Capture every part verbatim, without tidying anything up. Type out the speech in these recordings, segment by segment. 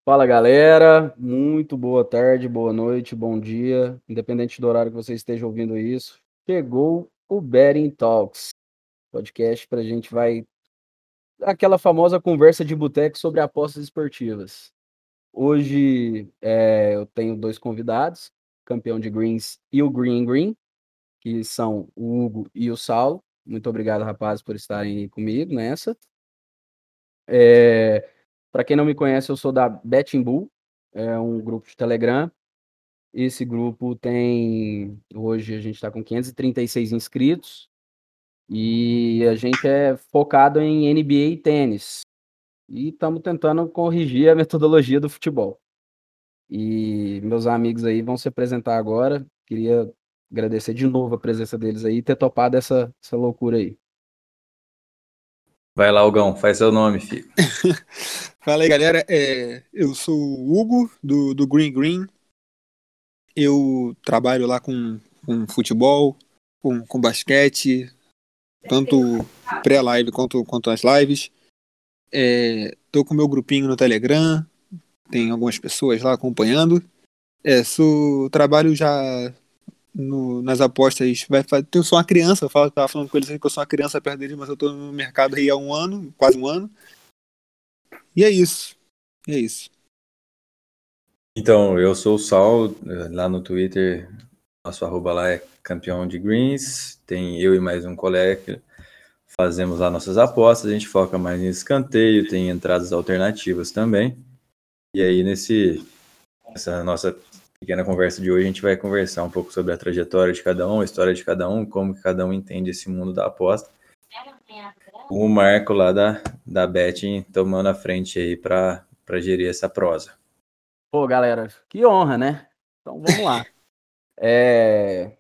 Fala galera, muito boa tarde, boa noite, bom dia, independente do horário que você esteja ouvindo isso. Chegou o Betting Talks, podcast para a gente vai aquela famosa conversa de boteco sobre apostas esportivas. Hoje é, eu tenho dois convidados, campeão de greens e o Green Green, que são o Hugo e o Saulo. Muito obrigado, rapazes, por estarem comigo nessa. É, para quem não me conhece, eu sou da Betting Bull, é um grupo de Telegram. Esse grupo tem, hoje a gente está com quinhentos e trinta e seis inscritos e a gente é focado em N B A e tênis. E estamos tentando corrigir a metodologia do futebol. E meus amigos aí vão se apresentar agora. Queria agradecer de novo a presença deles aí e ter topado essa, essa loucura aí. Vai lá, Hugão, faz seu nome, filho. Fala aí, galera. É, eu sou o Hugo, do, do Green Green. Eu trabalho lá com, com futebol, com, com basquete, tanto pré-live quanto, quanto as lives. É, tô com o meu grupinho no Telegram, tem algumas pessoas lá acompanhando. É, sou, trabalho já no, nas apostas. Vai, eu sou uma criança, eu falo, tava falando com eles que eu sou uma criança perto deles, mas eu tô no mercado aí há um ano, quase um ano. E é isso. E é isso. Então, eu sou o Sal, lá no Twitter, nosso arroba lá é campeão de greens, tem eu e mais um colega que fazemos lá nossas apostas, a gente foca mais em escanteio, tem entradas alternativas também, e aí nesse, nessa nossa pequena conversa de hoje a gente vai conversar um pouco sobre a trajetória de cada um, a história de cada um, como que cada um entende esse mundo da aposta. O Marco lá da, da Betting tomando a frente aí para gerir essa prosa. Pô, galera, que honra, né? Então vamos lá. É,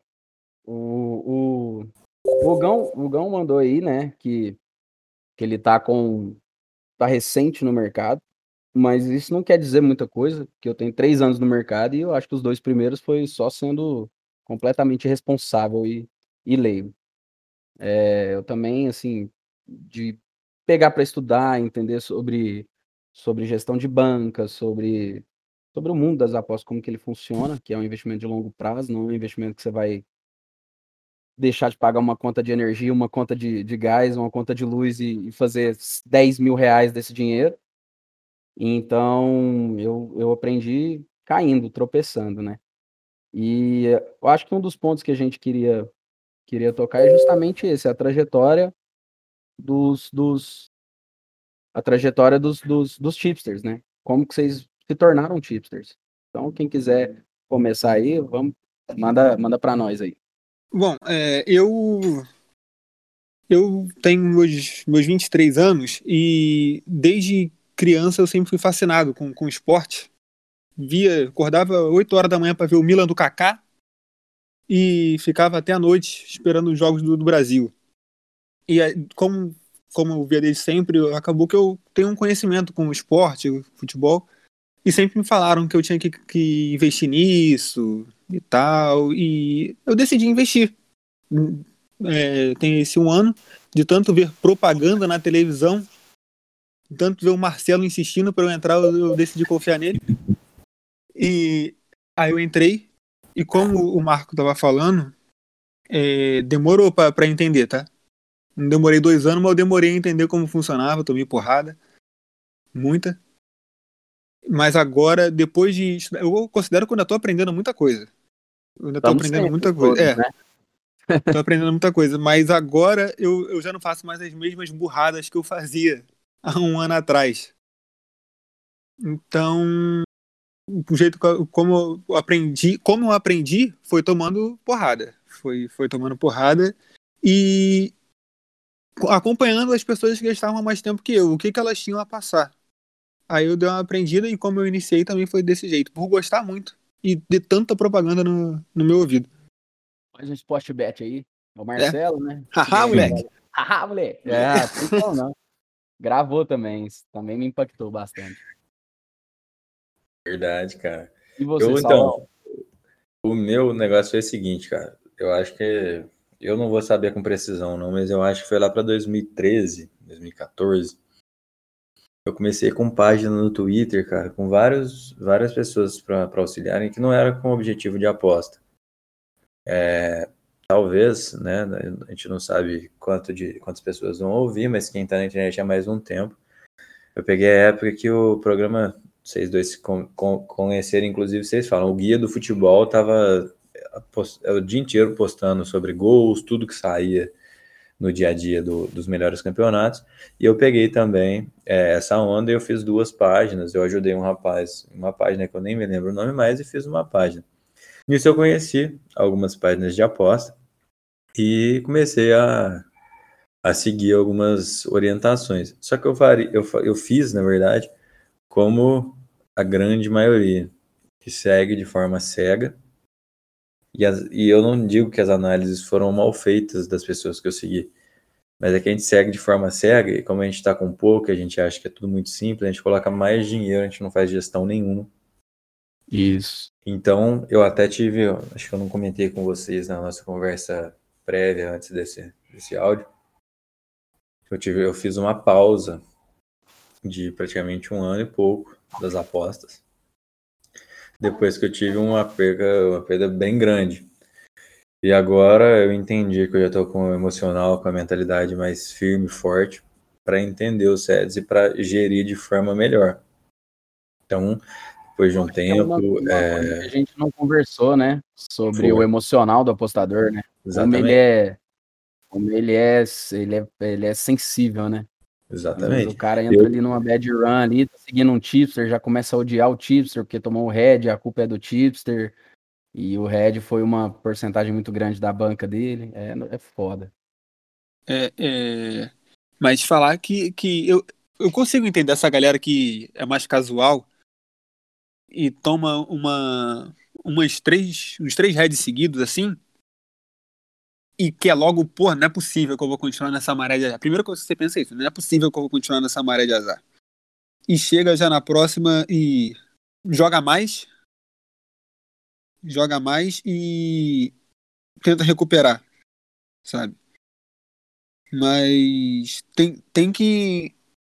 o, o, o Hugão, o Hugão mandou aí, né, que, que ele tá com. Tá recente no mercado, mas isso não quer dizer muita coisa, que eu tenho três anos no mercado e eu acho que os dois primeiros foi só sendo completamente responsável e, e leigo. É, eu também, assim, de pegar para estudar, entender sobre, sobre gestão de banca, sobre, sobre o mundo das apostas, como que ele funciona, que é um investimento de longo prazo, não é um investimento que você vai deixar de pagar uma conta de energia, uma conta de, de gás, uma conta de luz e, e fazer dez mil reais desse dinheiro. Então, eu, eu aprendi caindo, tropeçando, né? E eu acho que um dos pontos que a gente queria, queria tocar é justamente esse, a trajetória dos, dos, a trajetória dos, dos, dos tipsters, né? Como que vocês se tornaram tipsters. Então, quem quiser começar aí, vamos, manda, manda para nós aí. Bom, é, eu eu tenho meus, meus vinte e três anos e desde criança eu sempre fui fascinado com, com esporte. Via, acordava oito horas da manhã para ver o Milan do Kaká e ficava até a noite esperando os jogos do, do Brasil. E como, como eu via desde sempre, acabou que eu tenho um conhecimento com o esporte, o futebol, e sempre me falaram que eu tinha que, que investir nisso e tal, e eu decidi investir. É, tem esse um ano de tanto ver propaganda na televisão, de tanto ver o Marcelo insistindo para eu entrar, eu, eu decidi confiar nele. E aí eu entrei, e como o Marco tava falando, é, demorou para entender, tá? Não demorei dois anos, mas eu demorei a entender como funcionava, tomei porrada, muita. Mas agora, depois de estudar, eu considero que eu ainda tô aprendendo muita coisa. Eu ainda tô Estamos aprendendo sempre muita coisa. todos, É, né? tô aprendendo muita coisa. Mas agora eu, eu já não faço mais as mesmas burradas que eu fazia há um ano atrás. Então, o jeito que eu, como eu aprendi, como eu aprendi, foi tomando porrada. Foi, foi tomando porrada e acompanhando as pessoas que estavam há mais tempo que eu, o que, que elas tinham a passar. Aí eu dei uma aprendida e como eu iniciei também foi desse jeito, por gostar muito e de tanta propaganda no, no meu ouvido. Mais um Sport Bet aí. O É? Marcelo, né? Haha, moleque! Haha, moleque! É, não, não. Gravou também, isso também me impactou bastante. Verdade, cara. E você, Eu, Saulo? então, o meu negócio foi o seguinte, cara. Eu acho que. Eu não vou saber com precisão, não, mas eu acho que foi lá para dois mil e treze, dois mil e quatorze. eu comecei com página no Twitter, cara, com vários, várias pessoas para auxiliarem, que não era com objetivo de aposta. É, talvez, né, a gente não sabe quanto de, quantas pessoas vão ouvir, mas quem tá na internet há mais um tempo. Eu peguei a época que o programa, vocês dois se con- con- conhecerem, inclusive vocês falam, o Guia do Futebol tava post- o dia inteiro postando sobre gols, tudo que saía no dia a dia do, dos melhores campeonatos, e eu peguei também é, essa onda e eu fiz duas páginas, eu ajudei um rapaz, uma página que eu nem me lembro o nome mais, e fiz uma página. Nisso eu conheci algumas páginas de aposta e comecei a, a seguir algumas orientações. Só que eu, faria, eu, eu fiz, na verdade, como a grande maioria, que segue de forma cega, e, as, e eu não digo que as análises foram mal feitas das pessoas que eu segui, mas é que a gente segue de forma cega, e como a gente está com pouco, a gente acha que é tudo muito simples, a gente coloca mais dinheiro, a gente não faz gestão nenhuma. Isso. Então, eu até tive, acho que eu não comentei com vocês na nossa conversa prévia antes desse, desse áudio, eu, tive, eu fiz uma pausa de praticamente um ano e pouco das apostas, depois que eu tive uma perda, uma perda bem grande. E agora eu entendi que eu já estou com o emocional, com a mentalidade mais firme e forte para entender os sets e para gerir de forma melhor. Então, depois de um tempo... É uma, uma é... coisa que a gente não conversou, né? Sobre Foi. o emocional do apostador, né? Como ele é, como ele é, ele é, ele é sensível, né? Exatamente. Às vezes o cara entra eu... ali numa bad run ali, tá seguindo um tipster, já começa a odiar o tipster, porque tomou o head, a culpa é do tipster, e o head foi uma porcentagem muito grande da banca dele. É, é foda. É, é... Mas falar que, que eu, eu consigo entender essa galera que é mais casual e toma uma, umas três, uns três heads seguidos assim, e que é logo, pô, não é possível que eu vou continuar nessa maré de azar. Primeiro que você pensa isso, não é possível que eu vou continuar nessa maré de azar. E chega já na próxima e joga mais, joga mais e tenta recuperar, sabe? Mas tem, tem que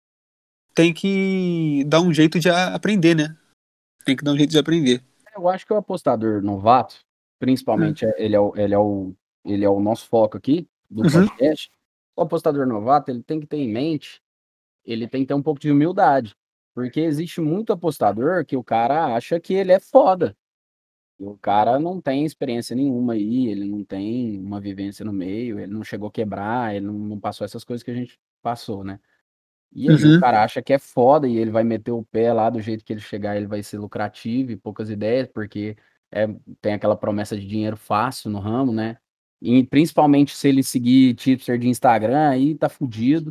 tem que dar um jeito de aprender, né? Tem que dar um jeito de aprender. Eu acho que o apostador novato, principalmente, hum. ele, é o, ele, é o, ele é o nosso foco aqui do Uhum. podcast. O apostador novato, ele tem que ter em mente, ele tem que ter um pouco de humildade, porque existe muito apostador que o cara acha que ele é foda. E o cara não tem experiência nenhuma aí, ele não tem uma vivência no meio, ele não chegou a quebrar, ele não, não passou essas coisas que a gente passou, né? E aí uhum. o cara acha que é foda e ele vai meter o pé lá do jeito que ele chegar, ele vai ser lucrativo e poucas ideias, porque é, tem aquela promessa de dinheiro fácil no ramo, né? E principalmente se ele seguir tipster de Instagram, aí tá fudido.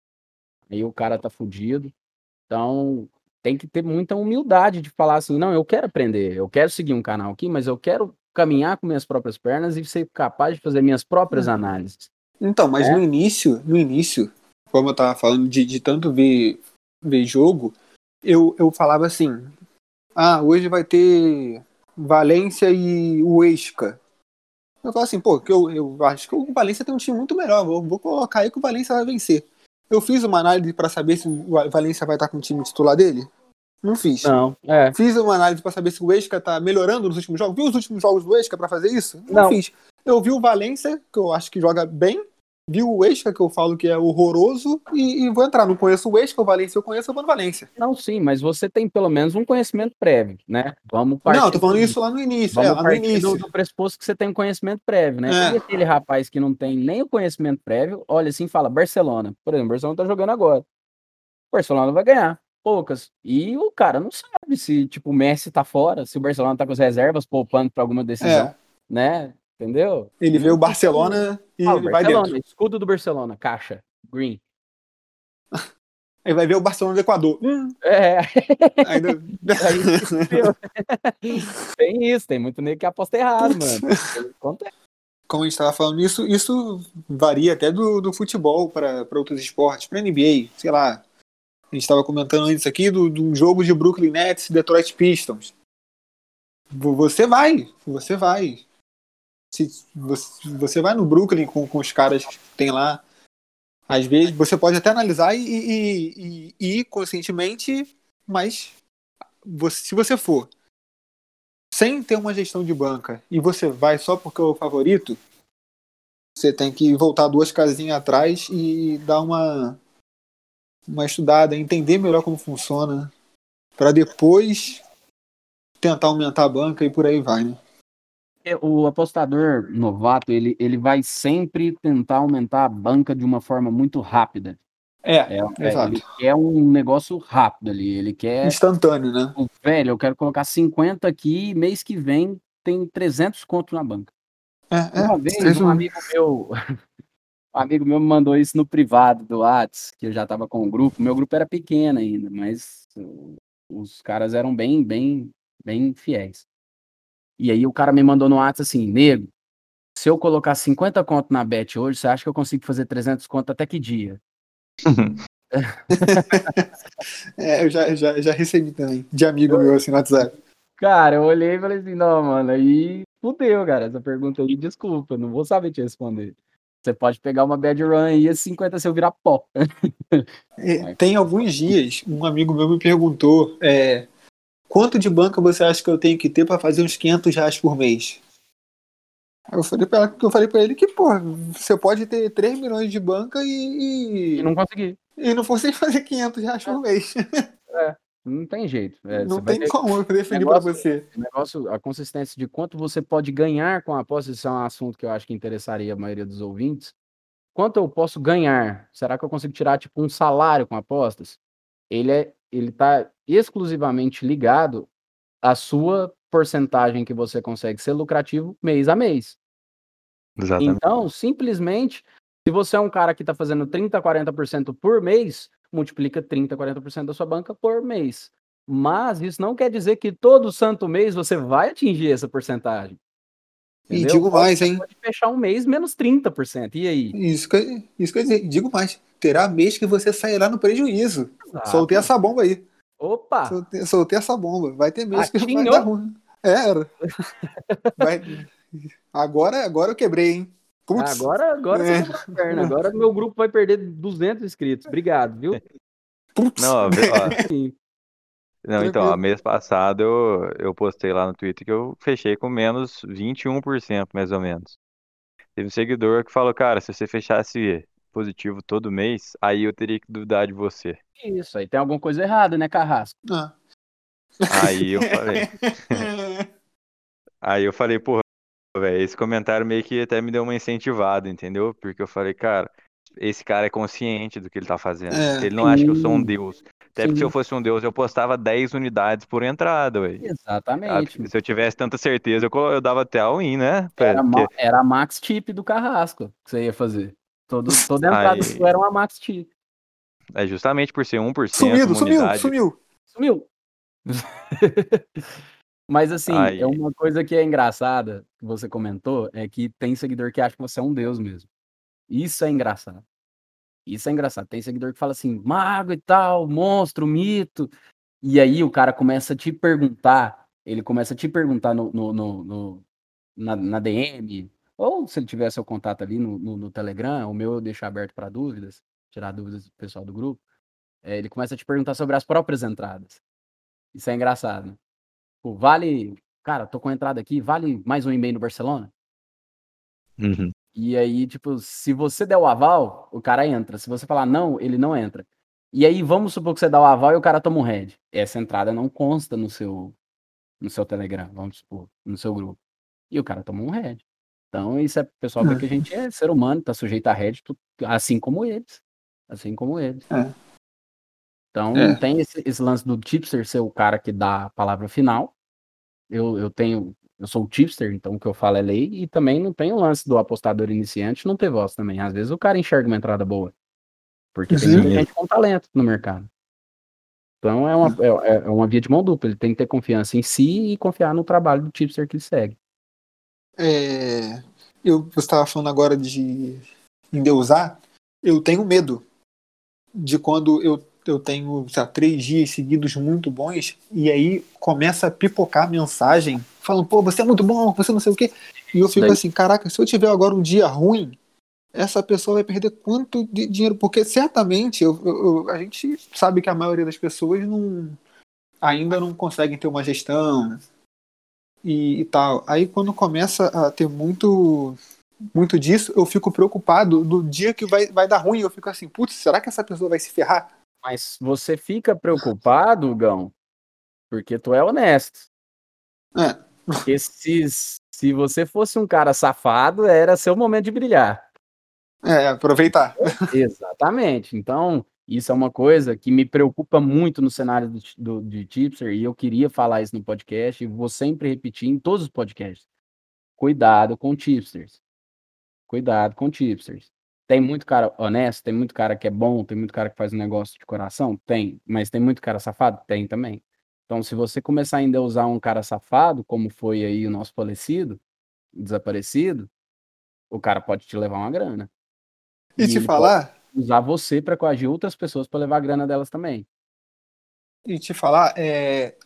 Aí o cara tá fudido. Então, tem que ter muita humildade de falar assim, não, eu quero aprender, eu quero seguir um canal aqui, mas eu quero caminhar com minhas próprias pernas e ser capaz de fazer minhas próprias análises. Então, mas é? no início, no início, como eu tava falando de, de tanto ver, ver jogo, eu, eu falava assim, ah, hoje vai ter Valência e o Huesca. Eu falo assim, pô, que eu, eu acho que o Valência tem um time muito melhor, vou, vou colocar aí que o Valência vai vencer. Eu fiz uma análise para saber se o Valência vai estar com o time titular dele? Não fiz. Não, é. Fiz uma análise para saber se o Huesca tá melhorando nos últimos jogos. Vi os últimos jogos do Huesca para fazer isso? Não, Não fiz. Eu vi o Valência, que eu acho que joga bem. Vi o Huesca, que eu falo que é horroroso. E, e vou entrar. Não conheço o Huesca, o Valência eu conheço, eu vou no Valência. Não, sim, mas você tem pelo menos um conhecimento prévio, né? Vamos partir. Não, eu tô falando isso lá no início. Vamos é, lá partir no início. Do, do pressuposto que você tem um conhecimento prévio, né? É. E aquele rapaz que não tem nem o conhecimento prévio, olha assim e fala, Barcelona. Por exemplo, o Barcelona tá jogando agora. O Barcelona vai ganhar. Poucas. E o cara não sabe se, tipo, o Messi tá fora, se o Barcelona tá com as reservas, poupando pra alguma decisão, é. né? Entendeu? Ele vê o Barcelona e ah, ele o vai Barcelona, dentro. Escudo do Barcelona, caixa, green. Aí vai ver o Barcelona do Equador. Hum. É. Ainda... Tem isso, tem muito nego que aposta errado, mano. Acontece. Como a gente estava falando, isso, isso varia até do, do futebol para outros esportes, para N B A, sei lá. A gente estava comentando antes aqui do, do jogo de Brooklyn Nets e Detroit Pistons. Você vai, você vai. Se você, você vai no Brooklyn com, com os caras que tem lá, Às vezes você pode até analisar e, e, e, e ir conscientemente, mas você, se você for sem ter uma gestão de banca e você vai só porque é o favorito, você tem que voltar duas casinhas atrás e dar uma, uma estudada, entender melhor como funciona, para depois tentar aumentar a banca e por aí vai, né? O apostador novato, ele, ele vai sempre tentar aumentar a banca de uma forma muito rápida. É, É, é, exato. ele quer um negócio rápido ali, ele quer... Instantâneo, né? o velho, eu quero colocar cinquenta aqui, mês que vem tem trezentos conto na banca. É, Uma é, vez, resumo. um amigo meu, um amigo meu me mandou isso no privado do Whats, que eu já tava com o grupo, meu grupo era pequeno ainda, mas uh, os caras eram bem, bem, bem fiéis. E aí o cara me mandou no Whats assim, nego, se eu colocar cinquenta conto na bet hoje, você acha que eu consigo fazer trezentos conto até que dia? É, eu já, já, já recebi também, de amigo meu assim no WhatsApp. Cara, eu olhei e falei assim, não, mano, aí fudeu, cara, essa pergunta aí, desculpa, não vou saber te responder. Você pode pegar uma bad run aí e cinquenta se eu virar pó. É, tem alguns dias, um amigo meu me perguntou é, quanto de banca você acha que eu tenho que ter para fazer uns quinhentos reais por mês? Aí eu falei pra, eu falei pra ele que, pô, você pode ter três milhões de banca e, E e, não consegui. e não consegue fazer quinhentos reais por mês. É, não tem jeito. É, você Não vai tem ter como eu definir pra negócio, você. negócio, a consistência de quanto você pode ganhar com a aposta, isso é um assunto que eu acho que interessaria a maioria dos ouvintes. Quanto eu posso ganhar? Será que eu consigo tirar tipo um salário com apostas? Ele é, ele tá exclusivamente ligado à sua porcentagem que você consegue ser lucrativo mês a mês. Exatamente. Então, simplesmente, se você é um cara que está fazendo trinta, quarenta por cento por mês, multiplica trinta, quarenta por cento da sua banca por mês. Mas isso não quer dizer que todo santo mês você vai atingir essa porcentagem. E Entendeu? digo Pode, mais, você hein? pode fechar um mês menos trinta por cento. E aí? Isso que, isso que eu ia dizer. Digo mais. Terá mês que você sairá no prejuízo. Soltei Exato. essa bomba aí. Opa! Soltei, soltei essa bomba. Vai ter mês que vai Atinho! dar ruim. É, era. Vai... Agora, agora eu quebrei, hein? Putz. Agora, agora É. você quebrou a perna. Agora meu grupo vai perder duzentos inscritos. Obrigado, viu? Putz. Não, ó, vê- ó, Sim. não, então, ó, Tranquilo. mês passado eu, eu postei lá no Twitter que eu fechei com menos vinte e um por cento, mais ou menos. Teve um seguidor que falou, cara, se você fechasse positivo todo mês, aí eu teria que duvidar de você. Isso aí tem alguma coisa errada, né, Carrasco? Ah. Aí eu falei, aí eu falei, porra, velho, esse comentário meio que até me deu uma incentivada, entendeu? Porque eu falei, cara, esse cara é consciente do que ele tá fazendo. É. Ele não acha que eu sou um Sim, deus. Até porque se eu sim. fosse um deus, eu postava dez unidades por entrada, velho. Exatamente. Se eu tivesse tanta certeza, eu, colo- eu dava até all-in, né? Era, ma- Porque era a max tip do Carrasco que você ia fazer. Todo, toda entrada aí, sua era uma max tip. é justamente por ser um por cento, Sumido, uma sumiu, unidade. sumiu. Sumiu. Mas assim, é Aí, uma coisa que é engraçada, que você comentou, é que tem seguidor que acha que você é um deus mesmo. Isso é engraçado. Isso é engraçado. Tem seguidor que fala assim, mago e tal, monstro, mito. E aí o cara começa a te perguntar, ele começa a te perguntar no, no, no, no- na, na D M, ou se ele tiver seu contato ali no, no, no Telegram, o meu eu deixo aberto para dúvidas, tirar dúvidas do pessoal do grupo. É, ele começa a te perguntar sobre as próprias entradas. Isso é engraçado, né? Pô, vale, cara, tô com a entrada aqui, vale mais um e-mail no Barcelona? uhum. E aí, tipo, se você der o aval, o cara entra. Se você falar não, ele não entra. E aí, vamos supor que você dá o aval e o cara toma um head. Essa entrada não consta no seu, no seu Telegram, vamos supor, no seu grupo. E o cara toma um head. Então, isso é o pessoal vê que a gente é ser humano, tá sujeito a head, tu- assim como eles. Assim como eles. É. Então, É. tem esse, esse lance do tipster ser o cara que dá a palavra final. Eu, eu tenho, eu sou o tipster, então o que eu falo é lei, e também não tem o lance do apostador iniciante não ter voz também. Às vezes o cara enxerga uma entrada boa, porque tem Sim. muita gente com talento no mercado. Então é uma, é, é uma via de mão dupla, ele tem que ter confiança em si e confiar no trabalho do tipster que ele segue. É, eu, você estava falando agora de endeusar. Eu tenho medo de quando eu, eu tenho, sei lá, três dias seguidos muito bons e aí começa a pipocar mensagem falando, pô, você é muito bom, você não sei o quê. E eu Isso fico daí, assim, caraca, se eu tiver agora um dia ruim, essa pessoa vai perder quanto de dinheiro? Porque certamente eu, eu- eu- a gente sabe que a maioria das pessoas não, ainda não conseguem ter uma gestão e, e tal. Aí quando começa a ter muito, muito disso, eu fico preocupado do dia que vai, vai dar ruim. Eu fico assim, putz, será que essa pessoa vai se ferrar? Mas você fica preocupado, Gão, porque tu é honesto. É, Porque se, se você fosse um cara safado, era seu momento de brilhar. é aproveitar. Exatamente. Então, isso é uma coisa que me preocupa muito no cenário do, do, de tipster, e eu queria falar isso no podcast, e vou sempre repetir em todos os podcasts. Cuidado com tipsters. Cuidado com tipsters. Tem muito cara honesto, tem muito cara que é bom, tem muito cara que faz um negócio de coração? Tem. Mas tem muito cara safado? Tem também. Então, se você começar ainda a usar um cara safado, como foi aí o nosso falecido, desaparecido, o cara pode te levar uma grana. E E te ele pode falar, usar você para coagir outras pessoas para levar a grana delas também. e te falar, é,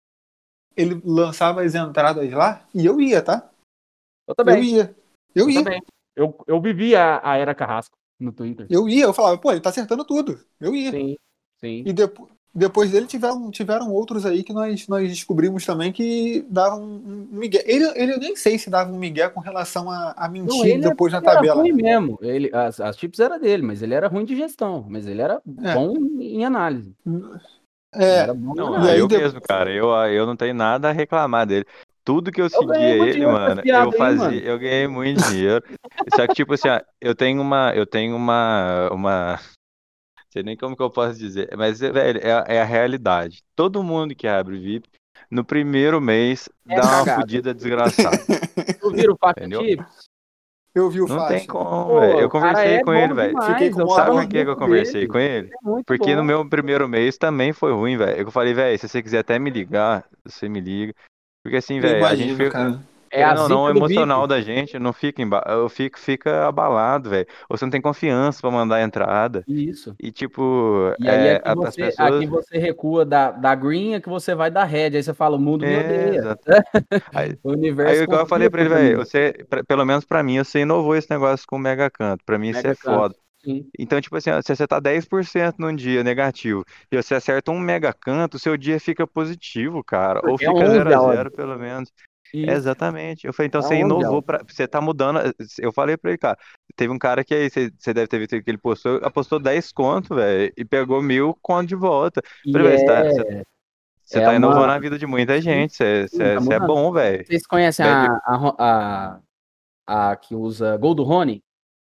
ele lançava as entradas lá e eu ia, tá? Eu Eu também. ia. Eu Eu ia. também. Eu, eu vivi a, a era Carrasco no Twitter. Eu ia. Eu falava, pô, ele tá acertando tudo. Eu ia. Sim, sim. E depo- depois dele tiveram, tiveram outros aí que nós, nós descobrimos também que davam um um migué. Ele, ele eu nem sei se dava um migué com relação a, a Não, mentir ele, depois na ele era tabela. ruim mesmo. Ele, as, as chips eram dele, mas ele era ruim de gestão. Mas ele era É. bom em análise. Ele É. era bom em Não, E é aí análise. eu de- mesmo, cara. Eu, eu não tenho nada a reclamar dele. Tudo que eu Eu ganhei seguia muito ele, dinheiro com esse mano, eu viado aí, fazia, mano. eu ganhei muito dinheiro. Só que, tipo assim, ó, eu tenho uma, eu tenho uma, uma, não sei nem como que eu posso dizer, mas, é, velho, é, a- é a realidade. Todo mundo que abre V I P, no primeiro mês, É dá uma cagada. fodida desgraçada, Tu vira o faixa entendeu? chips? Eu vi o Não tem faixa. como, velho. Pô, Eu o cara conversei é com ele, bom velho. Fiquei demais. com Eu maior tava Sabe no por que que eu grupo conversei dele. com ele? É muito Porque no bom. meu primeiro mês também foi ruim, velho. Eu falei, velho, se você quiser até me ligar, você me liga. Porque assim, Eu velho, a gente imagino, fica, cara. É a querendo ou não, o zica do emocional V I P. da gente não fica, emba... eu fico, fica abalado, velho. Ou você não tem confiança pra mandar a entrada. Isso. E tipo, E aí é, aqui a- as você, aqui pessoas. você recua da, da green, aqui você vai da red. Aí você fala, o mundo me É, odeia. exato. Aí, O aí universo igual eu falei conspira pra ele, contra velho, mim. você, pra- pelo menos pra mim, você inovou esse negócio com o Mega Canto. Pra mim isso é Mega canto. foda. Sim. Então, tipo assim, ó, se você tá dez por cento num dia negativo e você acerta um mega canto, o seu dia fica positivo, cara. Ou Porque é fica zero onze a a odd. zero pelo menos. É, Isso. exatamente. Eu falei, então É você onze a inovou odd. pra. Você tá mudando. Eu falei pra ele, cara. Teve um cara que aí, você, você deve ter visto que ele postou, apostou dez conto, velho, e pegou mil conto de volta. Eu E falei, velho, você tá, você, é, você é tá uma. inovando a vida de muita Sim, gente. Você, sim, você, tá você é mudando. bom, velho. Vocês conhecem a, Bad... a, Ro- a, a que usa Gol do Rony?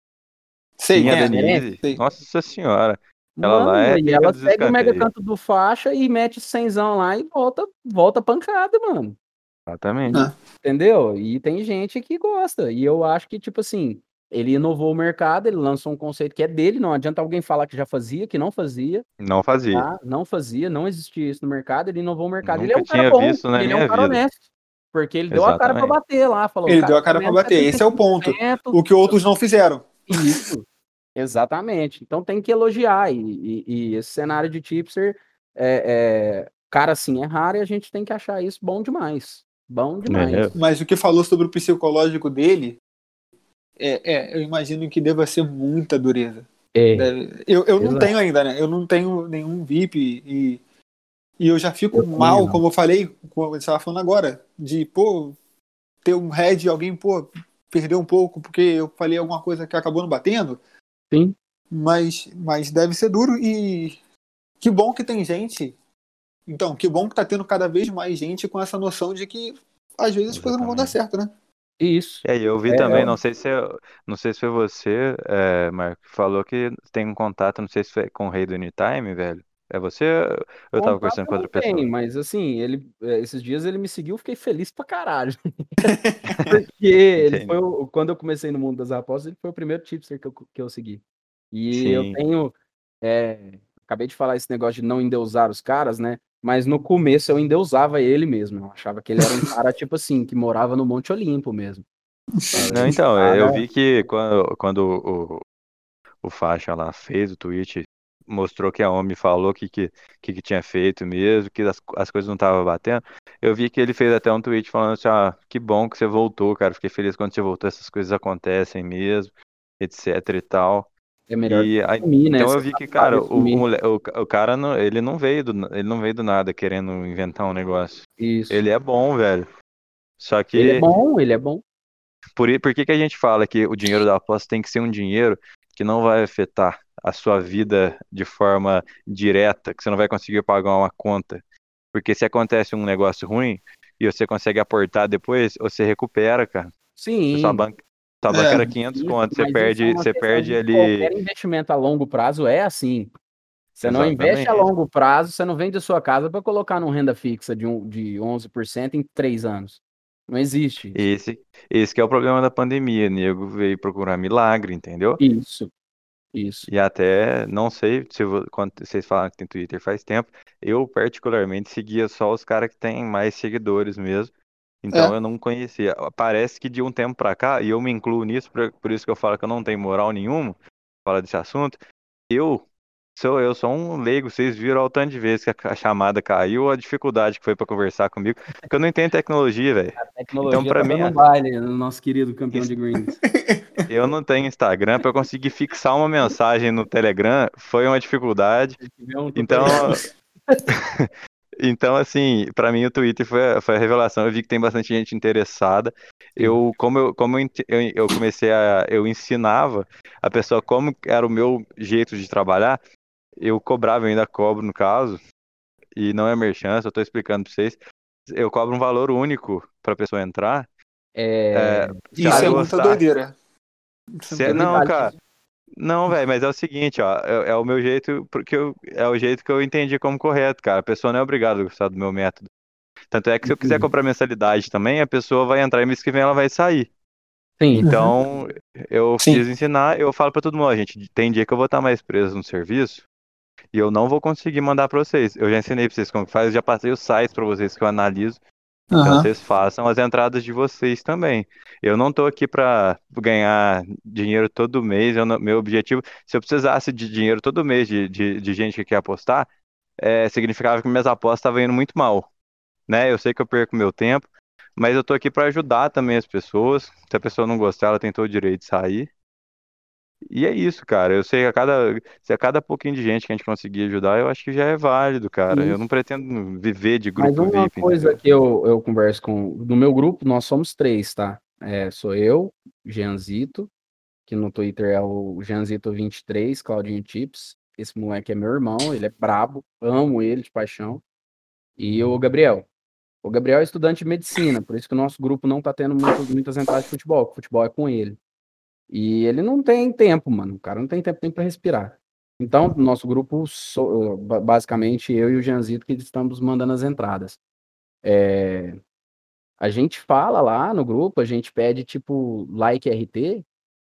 Sei Sim, a quem é. Palmeirense? Denise. Sei. Nossa senhora. Ela lá Mano, é e pica ela dos segue o mega escanteios. canto do faixa e mete cenzão lá e volta, volta pancada, mano. Exatamente. Ah, Entendeu? E tem gente que gosta. E eu acho que, tipo assim, ele inovou o mercado, ele lançou um conceito que é dele, não adianta alguém falar que já fazia, que não fazia, Não fazia. tá? Não fazia, não existia isso no mercado, ele inovou o mercado. Ele é Nunca um cara tinha bom, visto na e ele é um minha cara vida. honesto, porque ele deu a cara pra Exatamente. bater lá, falou, ele cara, deu a eu tô cara pra vendo bater. Esse é o ponto. setenta e cinco por cento. O que outros não fizeram. Isso, exatamente. Então tem que elogiar, e, e- e esse cenário de tipster, é, é, cara assim, é raro e a gente tem que achar isso bom demais. Bom demais. É, Mas o que falou sobre o psicológico dele, é, é, eu imagino que deva ser muita dureza. É, Deve- Eu, eu não exato. tenho ainda, né? Eu não tenho nenhum V I P e, e eu já fico Eu também mal, não. como eu falei, como você estava falando agora, de, pô, ter um head e alguém, pô, perder um pouco porque eu falei alguma coisa que acabou não batendo, Sim. mas, mas deve ser duro e que bom que tem gente. Então, que bom que tá tendo cada vez mais gente com essa noção de que às vezes as coisas não vão dar exatamente. certo, né? Isso. É, e eu vi É, é também, o- não sei se eu- não sei se foi você, é, Marco, que falou que tem um contato, não sei se foi com o Rei do Anytime, velho. É você? ou Eu tava contato conversando eu com não outra pessoa. tenho, mas assim, ele, é, esses dias ele me seguiu, eu fiquei feliz pra caralho. Porque ele foi Entendi. o, quando eu comecei no mundo das apostas, ele foi o primeiro tipster que eu, que eu segui. E eu Sim. tenho, é, acabei de falar esse negócio de não endeusar os caras, né? Mas no começo eu endeusava ele mesmo. Eu achava que ele era um cara, tipo assim, que morava no Monte Olimpo mesmo. Não, Falei, esse então, é, eu cara, vi que quando, quando o, o Faixa lá fez o tweet, mostrou que a Omi falou que, que, que, que tinha feito mesmo, que as, as coisas não estavam batendo. Eu vi que ele fez até um tweet falando assim, ah, que bom que você voltou, cara, fiquei feliz quando você voltou, essas coisas acontecem mesmo. etc e tal. É melhor E aí, sumir, né? então eu Você vi que, sabe fazer cara, o, o, sumir. mole- o, o cara, não, ele não veio do, ele não veio do nada querendo inventar um negócio. Isso. Ele é bom, velho. Só Ele é que, bom, ele é bom. por, i- por que que a gente fala que o dinheiro da aposta tem que ser um dinheiro que não vai afetar a sua vida de forma direta, que você não vai conseguir pagar uma conta? Porque se acontece um negócio ruim e você consegue aportar depois, você recupera, cara. Se sua Sim, banca, sua banca era É, quinhentos isso, conto, você mas isso é perde, uma você questão perde de ali. qualquer investimento a longo prazo é assim. Você não investe a Exatamente. longo prazo, você não vende a sua casa para colocar numa renda fixa de, um, de onze por cento em três anos. Não existe isso. Esse, esse que é o problema da pandemia. O nego veio procurar milagre, entendeu? Isso, isso. E até, não sei se vo- quando vocês falam que tem Twitter faz tempo, eu particularmente seguia só os caras que têm mais seguidores mesmo. Então é. eu não conhecia. Parece que de um tempo pra cá, e eu me incluo nisso, por, por isso que eu falo que eu não tenho moral nenhuma, falar desse assunto. Eu sou eu sou um leigo, vocês viram o tanto de vezes que a, a chamada caiu, a dificuldade que foi pra conversar comigo, porque eu não entendo tecnologia, velho. A Então, tecnologia pra tá mim, dando um baile no nosso querido campeão de greens. eu não tenho Instagram, para eu conseguir fixar uma mensagem no Telegram foi uma dificuldade. Se tiver um tutorial. Então, então assim, para mim o Twitter foi, a- foi a revelação. Eu vi que tem bastante gente interessada. Sim. Eu, como eu, como eu, ent- eu, eu comecei a, eu ensinava a pessoa como era o meu jeito de trabalhar, eu cobrava, eu ainda cobro no caso, e não é merchan, só tô explicando para vocês. Eu cobro um valor único para a pessoa entrar. É, É, se ela Isso é aí, muita gostar, doideira. Isso é se, muita eu não, doideira. cara. visualizo. Não, velho, mas é o seguinte, ó, é, é o meu jeito, porque eu, é o jeito que eu entendi como correto, cara. A pessoa não é obrigada a gostar do meu método. Tanto é que se eu quiser Uhum. comprar mensalidade também, a pessoa vai entrar e mês que vem ela vai sair. Sim, Uhum. Então, eu Sim. quis ensinar, eu falo pra todo mundo, ó, gente, tem dia que eu vou estar mais preso no serviço e eu não vou conseguir mandar pra vocês. Eu já ensinei pra vocês como que faz, eu já passei os sites pra vocês que eu analiso. Então Aham. vocês façam as entradas de vocês também. Eu não estou aqui para ganhar dinheiro todo mês. Eu não- meu objetivo, se eu precisasse de dinheiro todo mês de, de, de gente que quer apostar, é, significava que minhas apostas estavam indo muito mal, né? Eu sei que eu perco meu tempo, mas eu estou aqui para ajudar também as pessoas. Se a pessoa não gostar, ela tem todo o direito de sair. E é isso, cara. Eu sei que a cada, se a cada pouquinho de gente que a gente conseguir ajudar, eu acho que já é válido, cara. Eu não isso. pretendo viver de Mas grupo uma V I P, coisa entendeu? que eu, eu converso com. No meu grupo, nós somos três, tá? É, sou eu, Jeanzito, que no Twitter é o Jeanzito vinte e três, Claudinho Tips. Esse moleque é meu irmão, ele é brabo, amo ele de paixão. E o Gabriel. O Gabriel é estudante de medicina, por isso que o nosso grupo não tá tendo muito, muitas entradas de futebol, que o futebol é com ele. E ele não tem tempo, mano. O cara não tem tempo nem para respirar. Então, nosso grupo, so- ba- basicamente, eu e o Jeanzito que estamos mandando as entradas. É, a gente fala lá no grupo, a gente pede, tipo, like R T,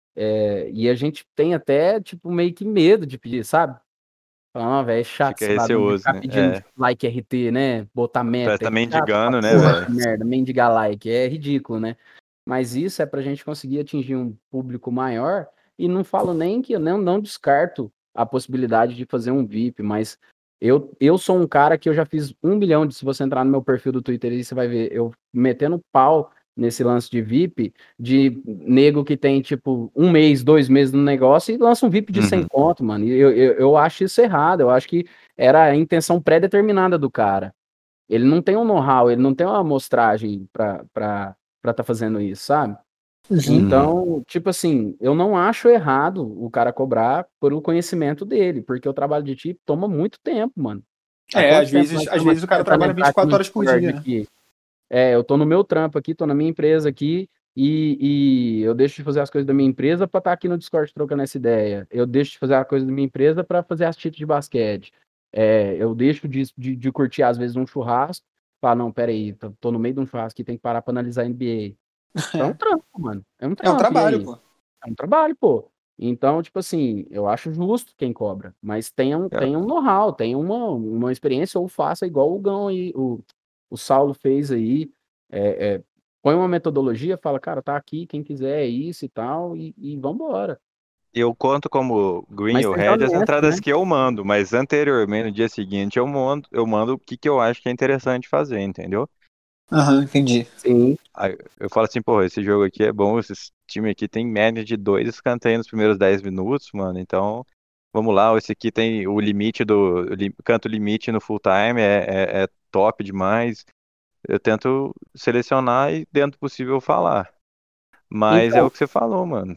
é, e a gente tem até, tipo, meio que medo de pedir, sabe? Falar, ah, velho, é chato Fica esse bagulho de receoso, ficar né? pedindo É. like R T, né? Botar Parece meta, que é tá chato pra mendigando, né, porra Porra. velho? essa merda, mendigar like, é ridículo, né? Mas isso é pra gente conseguir atingir um público maior, e não falo nem que eu não, não descarto a possibilidade de fazer um V I P, mas eu, eu sou um cara que eu já fiz um bilhão de, se você entrar no meu perfil do Twitter aí, você vai ver, eu metendo pau nesse lance de V I P, de nego que tem, tipo, um mês, dois meses no negócio e lança um V I P de cem Uhum. conto, mano. E eu, eu, eu acho isso errado, eu acho que era a intenção pré-determinada do cara. Ele não tem um know-how, ele não tem uma amostragem pra estar pra tá fazendo isso, sabe? Uhum. Uhum. Então, tipo assim, eu não acho errado o cara cobrar por o conhecimento dele, porque o trabalho de ti toma muito tempo, mano. Há É, quanto às tempo vezes, nós às estamos vezes aqui o cara tentando trabalha entrar aqui no vinte e quatro horas por Discord dia, né? aqui? É, eu tô no meu trampo aqui, tô na minha empresa aqui, e, e eu deixo de fazer as coisas da minha empresa para estar aqui no Discord trocando essa ideia. Eu deixo de fazer a coisa da minha empresa para fazer as títulos de basquete. É, eu deixo de, de, de curtir, às vezes, um churrasco. Falar, não, peraí, tô, tô no meio de um churrasco aqui, tem que parar para analisar a N B A. Então é um trampo, mano. É um É um trampo. E trabalho, aí? pô. É um trabalho, pô. Então, tipo assim, eu acho justo quem cobra, mas tenha um, É, tenha um know-how, tenha uma, uma experiência, ou faça igual o Gão aí, o, o Saulo fez aí. É, é, põe uma metodologia, fala, cara, tá aqui, quem quiser é isso e tal, e, e vambora. eu conto como green Mas ou seja red as honesto, entradas né? que eu mando, mas anteriormente, no dia seguinte, eu mando, eu mando o que, que eu acho que é interessante fazer, entendeu? Aham, entendi. Sim, Aí eu falo assim, pô, esse jogo aqui é bom, esses- time aqui tem média de dois escanteios nos primeiros dez minutos, mano. Então, vamos lá. Esse aqui tem o limite do. O li- canto limite no full time, é, é, é top demais. Eu tento selecionar e, dentro do possível, falar. Mas é o Então, que você falou, mano.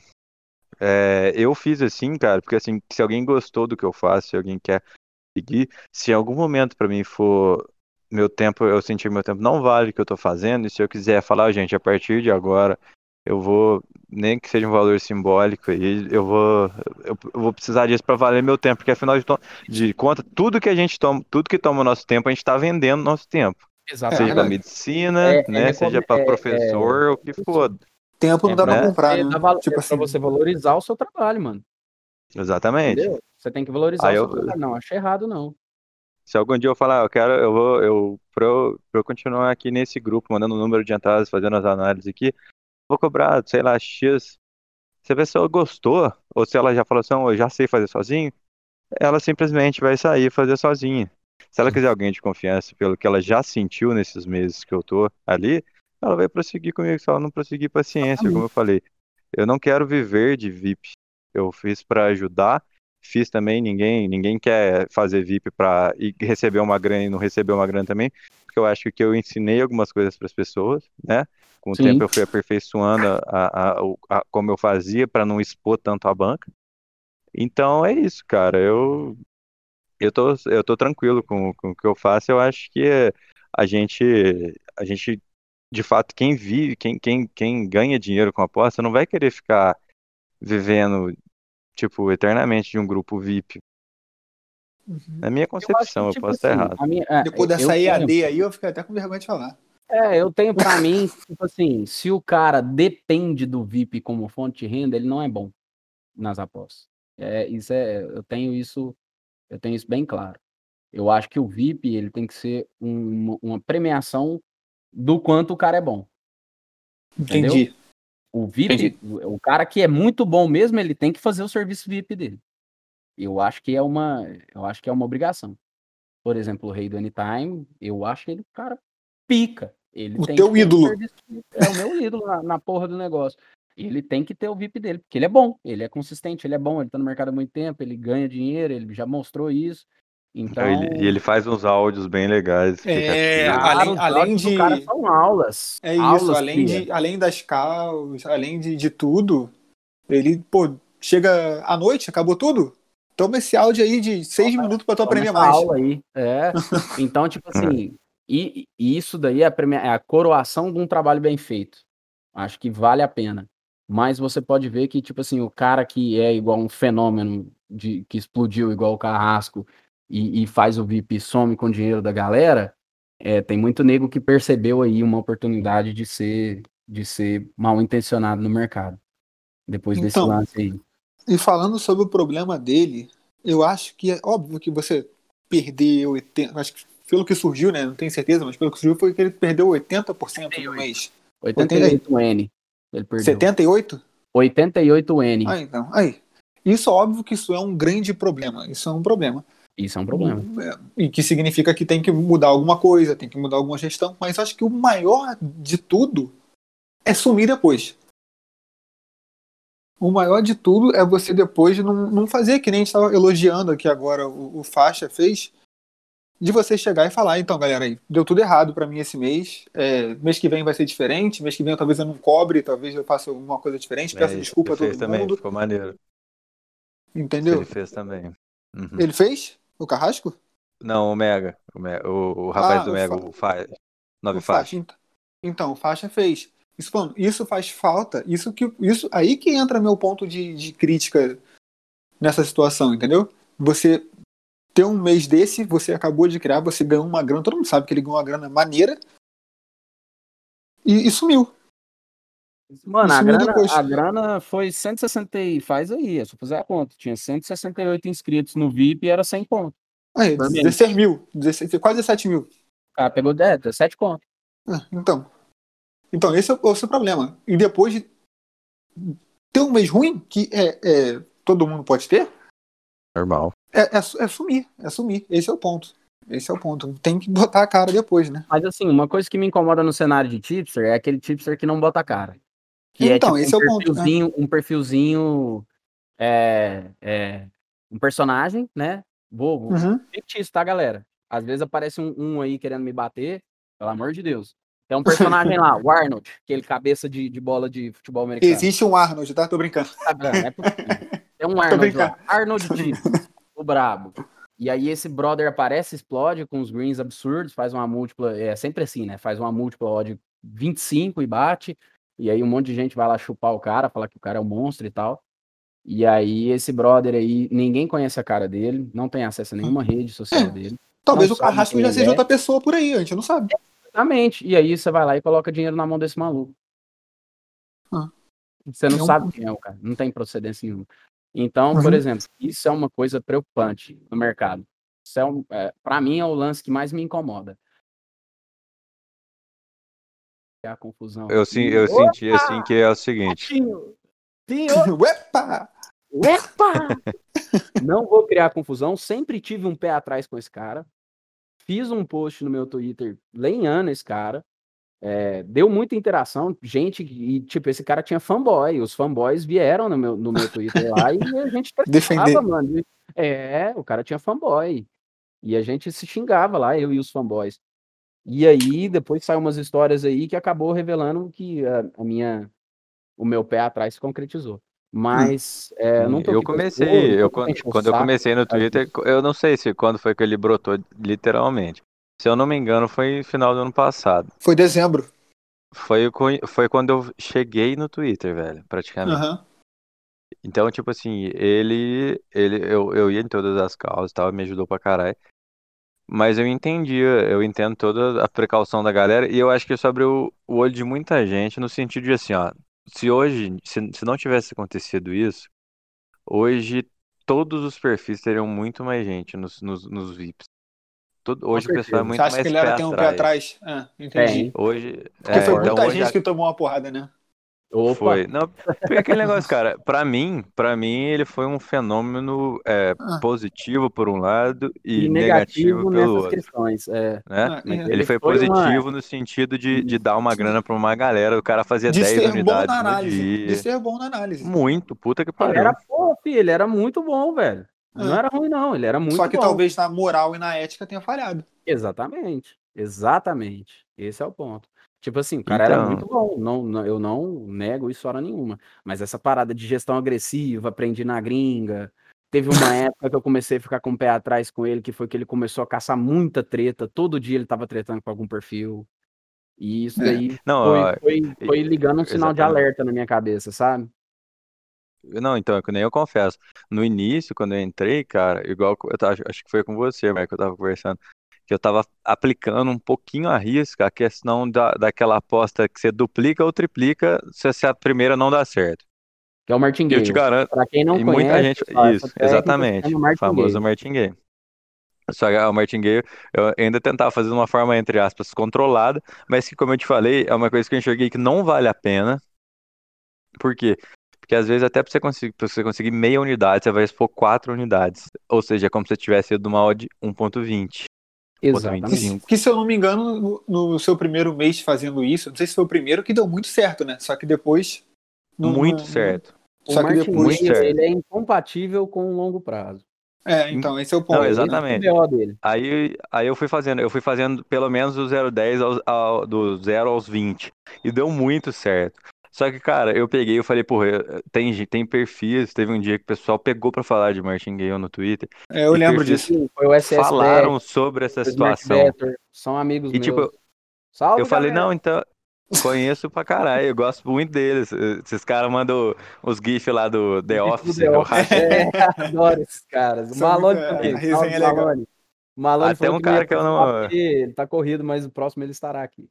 É, eu fiz assim, cara, porque assim, se alguém gostou do que eu faço, se alguém quer seguir, se em algum momento pra mim for meu tempo, eu sentir meu tempo não vale o que eu tô fazendo, e se eu quiser falar, "Ó, gente, a partir de agora, eu vou, nem que seja um valor simbólico aí, eu vou, eu, eu vou precisar disso pra valer meu tempo, porque afinal de, to- de conta, tudo que a gente toma, tudo que toma o nosso tempo, a gente tá vendendo nosso tempo. É Seja pra exatamente. verdade. medicina, É, é, né, seja recome- pra é, é, professor, o que isso. for, Tempo não É dá pra pra né? comprar, você né? dar val- Tipo é pra assim, você valorizar o seu trabalho, mano. Exatamente. Entendeu? Você tem que valorizar Aí o eu, seu trabalho. Não, acho errado, não. Se algum dia eu falar, "Ah, eu quero, eu vou, eu, pra eu, pra eu continuar aqui nesse grupo, mandando o número de entradas, fazendo as análises aqui, vou cobrar, sei lá, X. Se a pessoa gostou, ou se ela já falou assim, "Não, eu já sei fazer sozinho", ela simplesmente vai sair e fazer sozinha. Se ela quiser alguém de confiança, pelo que ela já sentiu nesses meses que eu tô ali, ela vai prosseguir comigo. Se ela não prosseguir, paciência, como eu falei. Eu não quero viver de V I P. Eu fiz para ajudar, fiz também. Ninguém, ninguém quer fazer V I P para receber uma grana e não receber uma grana também, porque eu acho que eu ensinei algumas coisas para as pessoas, né? Com o tempo Sim. eu fui aperfeiçoando a, a, a, o- a- como eu fazia para não expor tanto a banca. Então é isso, cara. Eu eu tô, eu tô tranquilo com, com o que eu faço. Eu acho que a gente, a gente, de fato, quem vive, quem, quem, quem ganha dinheiro com aposta, não vai querer ficar vivendo, tipo, eternamente de um grupo V I P. uhum. Na minha Eu acho que, concepção, eu tipo posso estar assim, errado. a minha, é, Depois eu dessa tenho, E A D aí, eu fiquei até com vergonha de falar. é, eu tenho pra mim, tipo assim, se o cara depende do V I P como fonte de renda, ele não é bom nas apostas. É, isso é, eu tenho isso, eu tenho isso bem claro. Eu acho que o V I P, ele tem que ser um- uma premiação do quanto o cara é bom, entendeu? Entendi, O V I P, entendi. o o cara que é muito bom mesmo, ele tem que fazer o serviço V I P dele. Eu acho que é uma, eu acho que é uma obrigação. Por exemplo, o Rei do Anytime, eu acho ele, cara, pica. Ele O tem que teu ter um ídolo. serviço, é o meu ídolo na, na porra do negócio. Ele tem que ter o V I P dele, porque ele é bom, ele é consistente, ele é bom, ele tá no mercado há muito tempo, ele ganha dinheiro, ele já mostrou isso. Ele- E Então, ele ffaz uns áudios bem legais, É, explicativos. cara, além, os além áudios do cara de. são aulas. É isso, Aulas, além cria. de, além das causas, além de, de tudo, ele, pô, chega à noite, acabou tudo. Toma esse áudio aí de seis minutos pra tu Toma aprender essa mais. aula aí. É. Então, tipo assim, e, e isso daí é a, premia- é a coroação de um trabalho bem feito. Acho que vale a pena. Mas você pode ver que, tipo assim, o cara que é igual um fenômeno de, que explodiu igual o Carrasco e, e faz o V I P e some com o dinheiro da galera, é, tem muito nego que percebeu aí uma oportunidade de ser, de ser mal intencionado no mercado. Depois desse Então, lance aí. e falando sobre o problema dele, eu acho que é óbvio que você perdeu oitenta, acho que pelo que surgiu, né? Não tenho certeza, mas pelo que surgiu foi que ele perdeu oitenta por cento no mês. oitenta, aí, oitenta e oito N, ele perdeu. setenta e oito? oitenta e oito N. Aí, então, aí. Isso, óbvio que isso é um grande problema. Isso é um problema. Isso é um problema. E que significa que tem que mudar alguma coisa, tem que mudar alguma gestão. Mas acho que o maior de tudo é sumir depois. O maior de tudo é você depois não, não fazer, que nem a gente estava elogiando aqui agora, o, o Faixa fez, de você chegar e falar, então, galera, aí, deu tudo errado para mim esse mês, é, mês que vem vai ser diferente, mês que vem talvez eu não cobre, talvez eu faça alguma coisa diferente, peço É, isso desculpa ele a todo fez também, mundo, ficou maneiro. Isso entendeu? ele fez também. Uhum. Ele fez? O Carrasco? Não, o Mega, o, Mega, o, o rapaz Ah, do o, Mega, fa o Fa... Nove o Faixa. Faixa. Ent- Então, o Faixa fez. Isso, falando, isso faz falta, isso que isso aí que entra meu ponto de, de crítica nessa situação, entendeu? Você ter um mês desse, você acabou de criar, você ganhou uma grana, todo mundo sabe que ele ganhou uma grana maneira e, e sumiu. E Mano, a sumiu grana, depois. a grana foi cento e sessenta e faz aí, é só fazer a conta. Tinha cento e sessenta e oito inscritos no V I P e era cem conto Aí, por mês. dezesseis mil, dezesseis, quase dezessete mil. O cara pegou dez, dezessete conto. Ah, então, então, esse é o esse é o problema. E depois de ter um mês ruim, que é, é todo mundo pode ter, Normal. é, é, é sumir, é sumir. Esse é o ponto. Esse é o ponto. Tem que botar a cara depois, né? Mas assim, uma coisa que me incomoda no cenário de tipster é aquele tipster que não bota a cara. Que é Então, tipo esse um é o ponto. né? perfilzinho, um perfilzinho, é, é, um personagem, né? Vou, vou Uhum. fictício, tá, galera? Às vezes aparece um, um aí querendo me bater, pelo amor de Deus. Tem um personagem lá, o Arnold, aquele cabeça de, de bola de futebol americano. Existe um Arnold, tá? Tô brincando. Tá vendo? Não é possível. Tem um Tô Arnold brincando. lá, Arnold Chips, o brabo. E aí esse brother aparece, explode com os greens absurdos, faz uma múltipla, é sempre assim, né? Faz uma múltipla ó, de vinte e cinco e bate, e aí um monte de gente vai lá chupar o cara, falar que o cara é um monstro e tal. E aí esse brother aí, ninguém conhece a cara dele, não tem acesso a nenhuma rede social dele. Talvez não o Carrasco sabe já quem seja ele é. outra pessoa por aí, a gente não sabe. Exatamente. E aí você vai lá e coloca dinheiro na mão desse maluco. Ah. Você não É um- sabe quem é o cara, não tem procedência nenhuma. Então, por Uhum. exemplo, isso é uma coisa preocupante no mercado. Isso é, um, é, para mim é o lance que mais me incomoda. É a confusão. Eu, aqui. sim, eu Opa! senti assim que é o seguinte. Tinho! Tinho! Uepa! Uepa! Não vou criar confusão, sempre tive um pé atrás com esse cara. Fiz um post no meu Twitter lenhando esse cara. É, deu muita interação, gente, e tipo, esse cara tinha fanboy, os fanboys vieram no meu, no meu Twitter lá e a gente Defender. tava, mano. É, o cara tinha fanboy. E a gente se xingava lá, eu e os fanboys. E aí, depois saiu umas histórias aí que acabou revelando que a, a minha, o meu pé atrás se concretizou. Mas é, eu não tô Eu aqui pra expor, comecei, não eu, tô pra quan- encher o quando eu saco comecei no por causa Twitter, disso. eu não sei se quando foi que ele brotou, literalmente. Se eu não me engano, foi no final do ano passado. Foi dezembro. Foi, o co- foi quando eu cheguei no Twitter, velho, praticamente. Aham. Então, tipo assim, ele, ele eu, eu ia em todas as causas e tal, me ajudou pra caralho. Mas eu entendia, eu entendo toda a precaução da galera, e eu acho que isso abriu o olho de muita gente no sentido de assim, ó, se hoje, se, se não tivesse acontecido isso, hoje todos os perfis teriam muito mais gente nos, nos, nos V I Ps. Todo, Com hoje o pessoal é certeza. Você muito acha que mais ele pé era tem um pé atrás. atrás? Ah, entendi. Tem, Hoje, Porque é, foi aham. então muita hoje gente a- que tomou uma porrada, né? Opa, foi. Não, porque aquele negócio, cara, pra mim, para mim ele foi um fenômeno é, Ah, positivo por um lado e e negativo negativo pelo nessas outro, questões. É, né? ah, mas é. Ele ele foi foi uma. positivo no sentido de, de dar uma grana pra uma galera. O cara fazia De dez ser bom na unidades no análise. De dia. ser bom na análise. Muito, puta que Ele era, pariu. pô, filho, ele era muito bom, velho. Não Ah. era ruim, não, ele era Só muito que bom. talvez na moral e na ética tenha falhado. Exatamente, exatamente. Esse é o ponto. Tipo assim, o cara era Então, muito bom, não, não- eu não nego isso hora nenhuma. Mas essa parada de gestão agressiva, aprendi na gringa. Teve uma época que eu comecei a ficar com o pé atrás com ele, que foi que ele começou a caçar muita treta. Todo dia ele tava tretando com algum perfil. E isso É. daí não, foi, ó, foi, e- foi ligando um sinal de exatamente. alerta na minha cabeça, sabe? Não, então, é que nem eu confesso. No início, quando eu entrei, cara, igual eu tava, acho que foi com você, mas que eu tava conversando, que eu tava aplicando um pouquinho a risco a questão da, daquela aposta que você duplica ou triplica se, se a primeira não dá certo. Que é o E eu te martingale. garanto, Para quem não e muita conhece, gente, pessoal, essa isso, técnica se exatamente, chama o famoso martingale. martingale. Só que o martingale eu ainda tentava fazer de uma forma, entre aspas, controlada, mas que, como eu te falei, é uma coisa que eu enxerguei que não vale a pena. Por quê? Porque às vezes até para você conseguir, pra você conseguir meia unidade, você vai expor quatro unidades. Ou seja, é como se você tivesse ido uma odd um ponto vinte, Que, Exatamente. se- um ponto vinte e cinco. que, se eu não me engano, no, no seu primeiro mês fazendo isso, não sei se foi o primeiro que deu muito certo, né? Só que depois. Não, Muito não- não- certo, O só que depois. muito martingale, certo. ele é incompatível com o longo prazo. É, então, esse é o Não, ponto. É esse o exatamente. B O dele. Aí, aí eu fui fazendo, eu fui fazendo pelo menos do zero dez ao, ao, do zero aos vinte. E deu muito certo. Só que, cara, eu peguei e falei, porra, eu- tem, gen- tem perfis, teve um dia que o pessoal pegou pra falar de martingale no Twitter, É, eu e lembro perfis disso. Sim, foi o S S Bet, falaram sobre essa o Smart situação. Better, são amigos E tipo, meus. eu Salve, falei, galera! não, então, conheço pra caralho, eu gosto muito deles. Esses caras mandam os GIFs lá do O The bicho do Office, The eu Office. racho. É, adoro esses caras. O São muito, Malone a, a também. resenha Salve, é legal. Malone. O Malone Até falou um que não ia cara que eu participar não. porque ele tá corrido, mas o próximo ele estará aqui.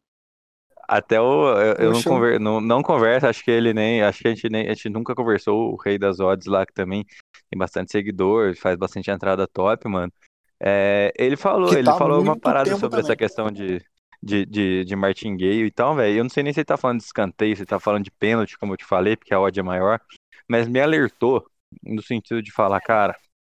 Até o, eu, eu não, Poxa, conver, não, não converso, acho que ele nem. Acho que a gente, nem, a gente nunca conversou, o Rei das Odds lá, que também tem bastante seguidor, faz bastante entrada top, mano. É, ele falou, que ele tá há falou uma muito parada tempo sobre essa também. questão de, de, de, de martingale e tal, velho. Eu não sei nem se ele tá falando de escanteio, se ele tá falando de pênalti, como eu te falei, porque a odd é maior, mas me alertou no sentido de falar, cara,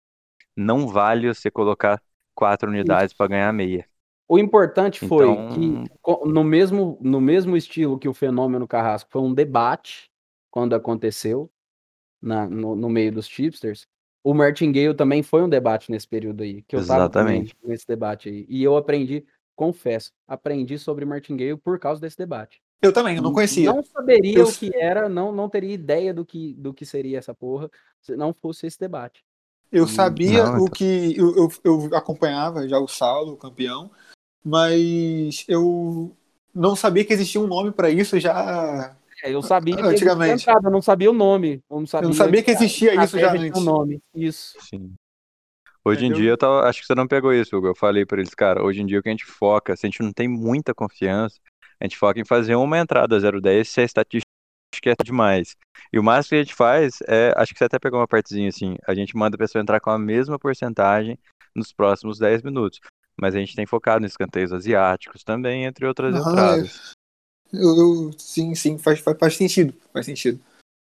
não vale você colocar quatro unidades pra ganhar meia. O importante foi que, Então, co- no mesmo, no mesmo estilo que o fenômeno Carrasco, foi um debate quando aconteceu na, no, no meio dos tipsters, o Martingale também foi um debate nesse período aí, que eu tava também Exatamente. nesse debate aí. E eu aprendi, confesso, aprendi sobre Martingale por causa desse debate. Eu também, eu não conhecia. Não saberia Eu- o que era, não, não teria ideia do que, do que seria essa porra se não fosse esse debate. Eu E- sabia Não, o então. que. Eu, eu, eu acompanhava já o Saulo, o campeão, mas eu não sabia que existia um nome para isso já É, eu sabia que ele tinha antigamente. entrado, eu não sabia o nome. Eu não Eu sabia, não sabia que existia a isso já estratégia tinha um antes. nome. Isso. Sim. Hoje em Entendeu? dia, eu tava, acho que você não pegou isso, Hugo. Eu falei pra eles, cara, hoje em dia o que a gente foca, se a gente não tem muita confiança, a gente foca em fazer uma entrada zero dez se a estatística é demais. E o máximo que a gente faz é, acho que você até pegou uma partezinha assim, a gente manda a pessoa entrar com a mesma porcentagem nos próximos dez minutos. Mas a gente tem focado em escanteios asiáticos também, entre outras Aham, eu, entradas. eu- eu- sim, sim, faz, faz, faz sentido. Faz sentido.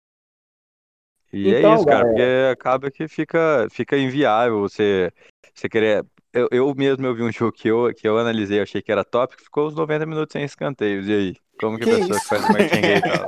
E é Então, isso, cara, galera, porque acaba que fica, fica inviável você, você querer. Eu, eu mesmo eu vi um jogo que eu, que eu analisei, eu achei que era top, que ficou os noventa minutos sem escanteios. E aí? Como que a Que pessoa que isso? faz martingale tava?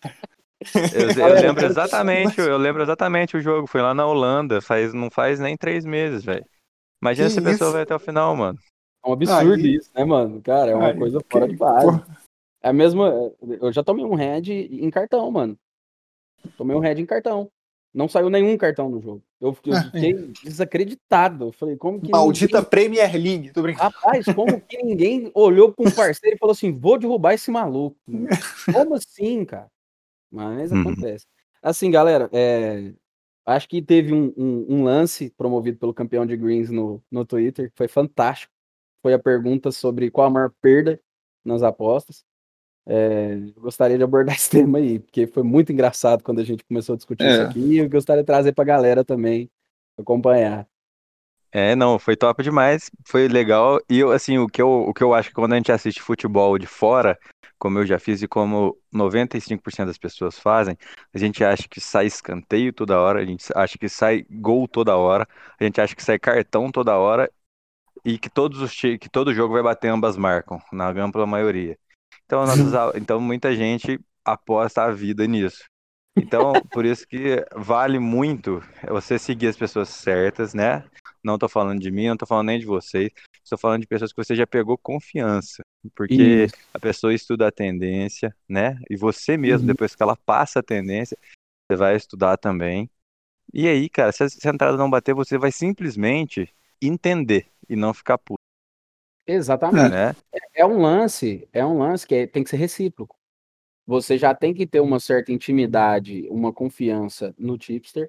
Eu, eu galera, eu lembro quero- exatamente, eu lembro exatamente o jogo, foi lá na Holanda, faz, não faz nem três meses, velho. Que Imagina se a pessoa isso? vai até o final, mano. é um absurdo Aí, isso, né, mano? Cara, é uma aí, coisa fora de que, base. porra. É a mesma. Eu já tomei um head em cartão, mano. Tomei um head em cartão. Não saiu nenhum cartão no jogo. Eu, eu Ah, fiquei desacreditado. Eu falei, como que Maldita ninguém. Premier League, tô brincando. Rapaz, como que ninguém olhou para um parceiro e falou assim: vou derrubar esse maluco? Como assim, cara? Mas Uhum. acontece. Assim, galera, é, acho que teve um, um- um lance promovido pelo campeão de greens no, no Twitter, que foi fantástico. Foi a pergunta sobre qual a maior perda nas apostas. É, eu gostaria de abordar esse tema aí, porque foi muito engraçado quando a gente começou a discutir isso É, aqui, e eu gostaria de trazer para a galera também acompanhar. É, não, foi top demais, foi legal. E eu, assim, o que eu, o que eu acho que quando a gente assiste futebol de fora, como eu já fiz e como noventa e cinco por cento das pessoas fazem, a gente acha que sai escanteio toda hora, a gente acha que sai gol toda hora, a gente acha que sai cartão toda hora e que todos os ti- que todo jogo vai bater ambas marcam, na ampla maioria. Então, nossas, a- então muita gente aposta a vida nisso. Então, por isso que vale muito você seguir as pessoas certas, né? Não tô falando de mim, não tô falando nem de vocês. Estou falando de pessoas que você já pegou confiança. Porque Isso. a pessoa estuda a tendência, né? E você mesmo, Uhum. depois que ela passa a tendência, você vai estudar também. E aí, cara, se essa entrada não bater, você vai simplesmente entender e não ficar puto, Exatamente. né? É um lance, é um lance que é- tem que ser recíproco. Você já tem que ter uma certa intimidade, uma confiança no tipster.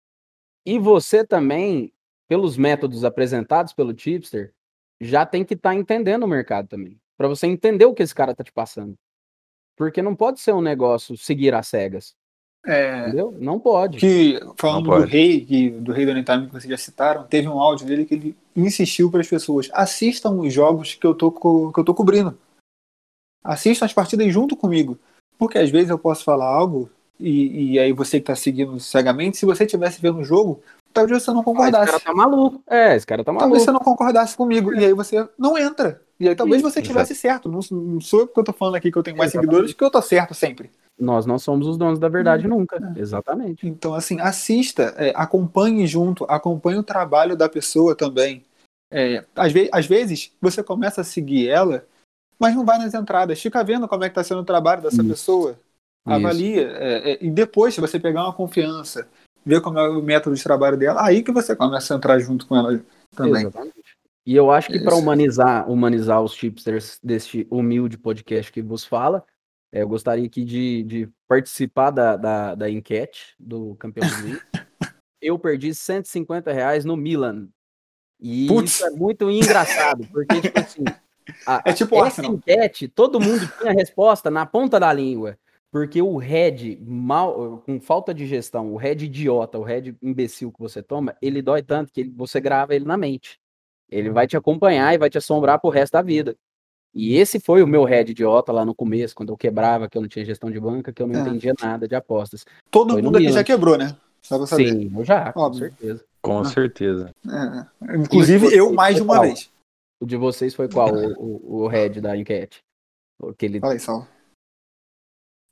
E você também, pelos métodos apresentados pelo tipster, já tem que estar entendendo o mercado também. Para você entender o que esse cara tá te passando. Porque não pode ser um negócio seguir às cegas. é, Entendeu? Não pode. que, Não falando do pode. rei, que, do rei do Anytime que vocês já citaram, teve um áudio dele que ele insistiu para as pessoas: assistam os jogos que eu tô, co- que eu tô cobrindo. Assistam as partidas junto comigo. Porque às vezes eu posso falar algo, e, e aí você que está seguindo cegamente, se você estivesse vendo o jogo, talvez você não Ah, esse cara concordasse. tá maluco. É, esse cara tá Talvez você maluco. não concordasse comigo, e aí você não entra. E aí talvez você Exato. tivesse certo. Não, não sou eu que eu tô falando aqui que eu tenho mais seguidores Exatamente. que eu tô certo sempre. Nós não somos os donos da verdade nunca. É. Exatamente. Então, assim, assista, é, acompanhe junto, acompanhe o trabalho da pessoa também. É, às, ve às vezes, você começa a seguir ela, mas não vai nas entradas. Fica vendo como é que está sendo o trabalho dessa Isso. pessoa. Avalia. É, é, e depois, se você pegar uma confiança, ver como é o método de trabalho dela, aí que você começa a entrar junto com ela também. Exatamente. E eu acho que para Isso. humanizar, humanizar os tipsters deste humilde podcast que vos fala, é, eu gostaria aqui de, de participar da, da, da enquete do campeão de Green. Eu perdi cento e cinquenta reais no Milan. E Putz. isso é muito engraçado, porque, tipo assim, a, É tipo o essa Arsenal. enquete, todo mundo tinha a resposta na ponta da língua. Porque o head mal, com falta de gestão, o head idiota, o head imbecil que você toma, ele dói tanto que ele, você grava ele na mente. Ele vai te acompanhar e vai te assombrar pro resto da vida. E esse foi o meu head idiota lá no começo, quando eu quebrava, que eu não tinha gestão de banca, que eu não É. entendia nada de apostas. Todo Foi no mundo aqui já Milan. quebrou, né? Só pra saber. Sim, eu já, com Óbvio. certeza. Com Ah. certeza. É. Inclusive, E o de eu vocês mais de foi uma qual? vez. O de vocês foi qual, o, o, o head da enquete? Aquele... Fala aí, Sal.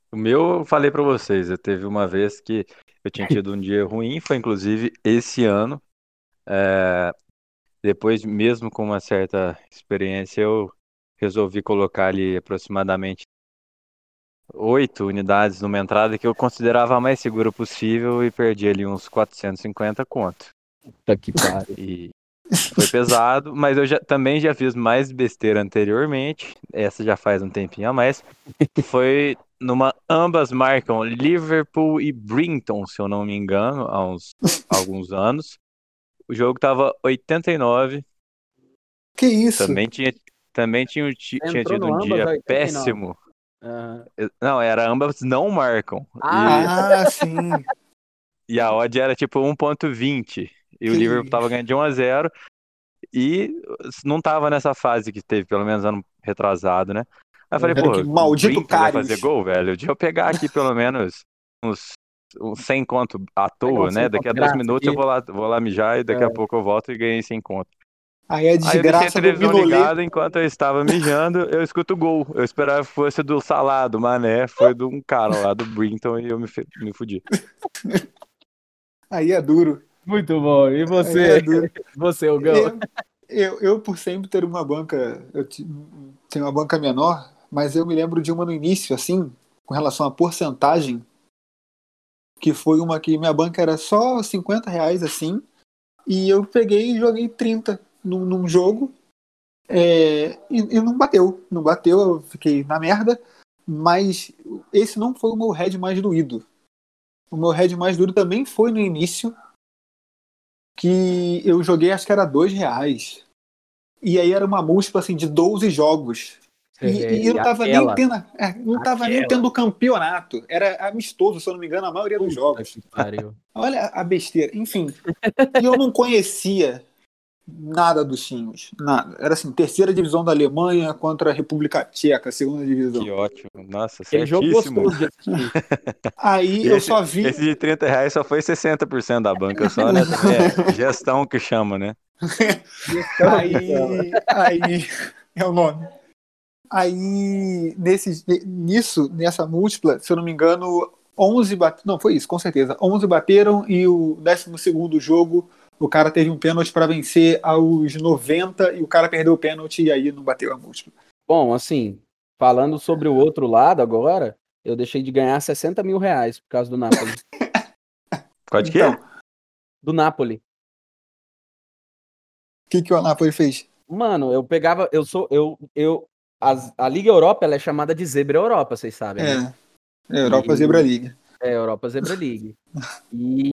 O meu, eu falei pra vocês, eu teve uma vez que eu tinha tido um dia ruim, foi inclusive esse ano. É, depois, mesmo com uma certa experiência, eu resolvi colocar ali aproximadamente oito unidades numa entrada que eu considerava a mais segura possível e perdi ali uns quatrocentos e cinquenta conto. Puta que pariu. E foi pesado, mas eu já, também já fiz mais besteira anteriormente. Essa já faz um tempinho a mais. Foi numa. Ambas marcam Liverpool e Brighton, se eu não me engano, há uns alguns anos. O jogo tava oitenta e nove. Que isso? Também tinha, também tinha, tinha Entrou tido no um ambas dia oitenta e nove. péssimo. Aham. Não, era ambas não marcam. E, Ah, sim. e a odd era tipo um ponto vinte. E o Que Liverpool tava isso. ganhando de um a zero. E não tava nessa fase que teve, pelo menos ano retrasado, né? Aí eu falei, Era que pô, o maldito Brinkton vai fazer Karius. gol, velho. Deixa eu pegar aqui pelo menos uns, uns cem conto à Pegar toa, um né? sem Daqui a conto dois grátis minutos eu aqui. vou lá, vou lá mijar e daqui a É. pouco eu volto e ganhei cem conto. Aí a Aí eu deixei a desgraça do televisão Minolet. ligada, enquanto eu estava mijando, eu escuto o gol. Eu esperava que fosse do Salah, do Mané, foi de um cara lá do Brinkton e eu me, fe- me fudi. Aí é duro. Muito bom. E Aí você? é duro. Você, Hugão? Eu, eu, eu, por sempre ter uma banca, eu ti- tenho uma banca menor, mas eu me lembro de uma no início, assim, com relação à porcentagem, que foi uma que minha banca era só cinquenta reais, assim, e eu peguei e joguei trinta num, num jogo, é, e, e não bateu. Não bateu, eu fiquei na merda, mas esse não foi o meu head mais doído. O meu head mais duro também foi no início, que eu joguei, acho que era dois reais. E aí era uma múltipla assim, de doze jogos. E, É, e eu não e tava nem aquela, tendo. É, não tava nem aquela. tendo o campeonato. Era amistoso, se eu não me engano, a maioria dos Puta jogos. que pariu. Olha a besteira. Enfim. E eu não conhecia nada dos times. Nada. Era assim, terceira divisão da Alemanha contra a República Tcheca, segunda divisão. Que ótimo. Nossa, Aquele jogo certíssimo. gostoso de assistir. Aí E eu esse, só vi. esse de trinta reais só foi sessenta por cento da banca só, né? Também é gestão que chama, né? Aí. Aí. É o nome. Aí, nesse, nisso, nessa múltipla, se eu não me engano, onze bateram. Não, foi isso, com certeza. onze bateram e o décimo segundo jogo, o cara teve um pênalti para vencer aos noventa e o cara perdeu o pênalti e aí não bateu a múltipla. Bom, assim, falando sobre o outro lado agora, eu deixei de ganhar sessenta mil reais por causa do Napoli. Pode Então, quê? Do Napoli. o que, que o Napoli fez? Mano, eu pegava, eu sou, eu, eu, as- a Liga Europa, ela é chamada de Zebra Europa, vocês sabem, né? É, é Europa E- Zebra League. É, Europa Zebra League. E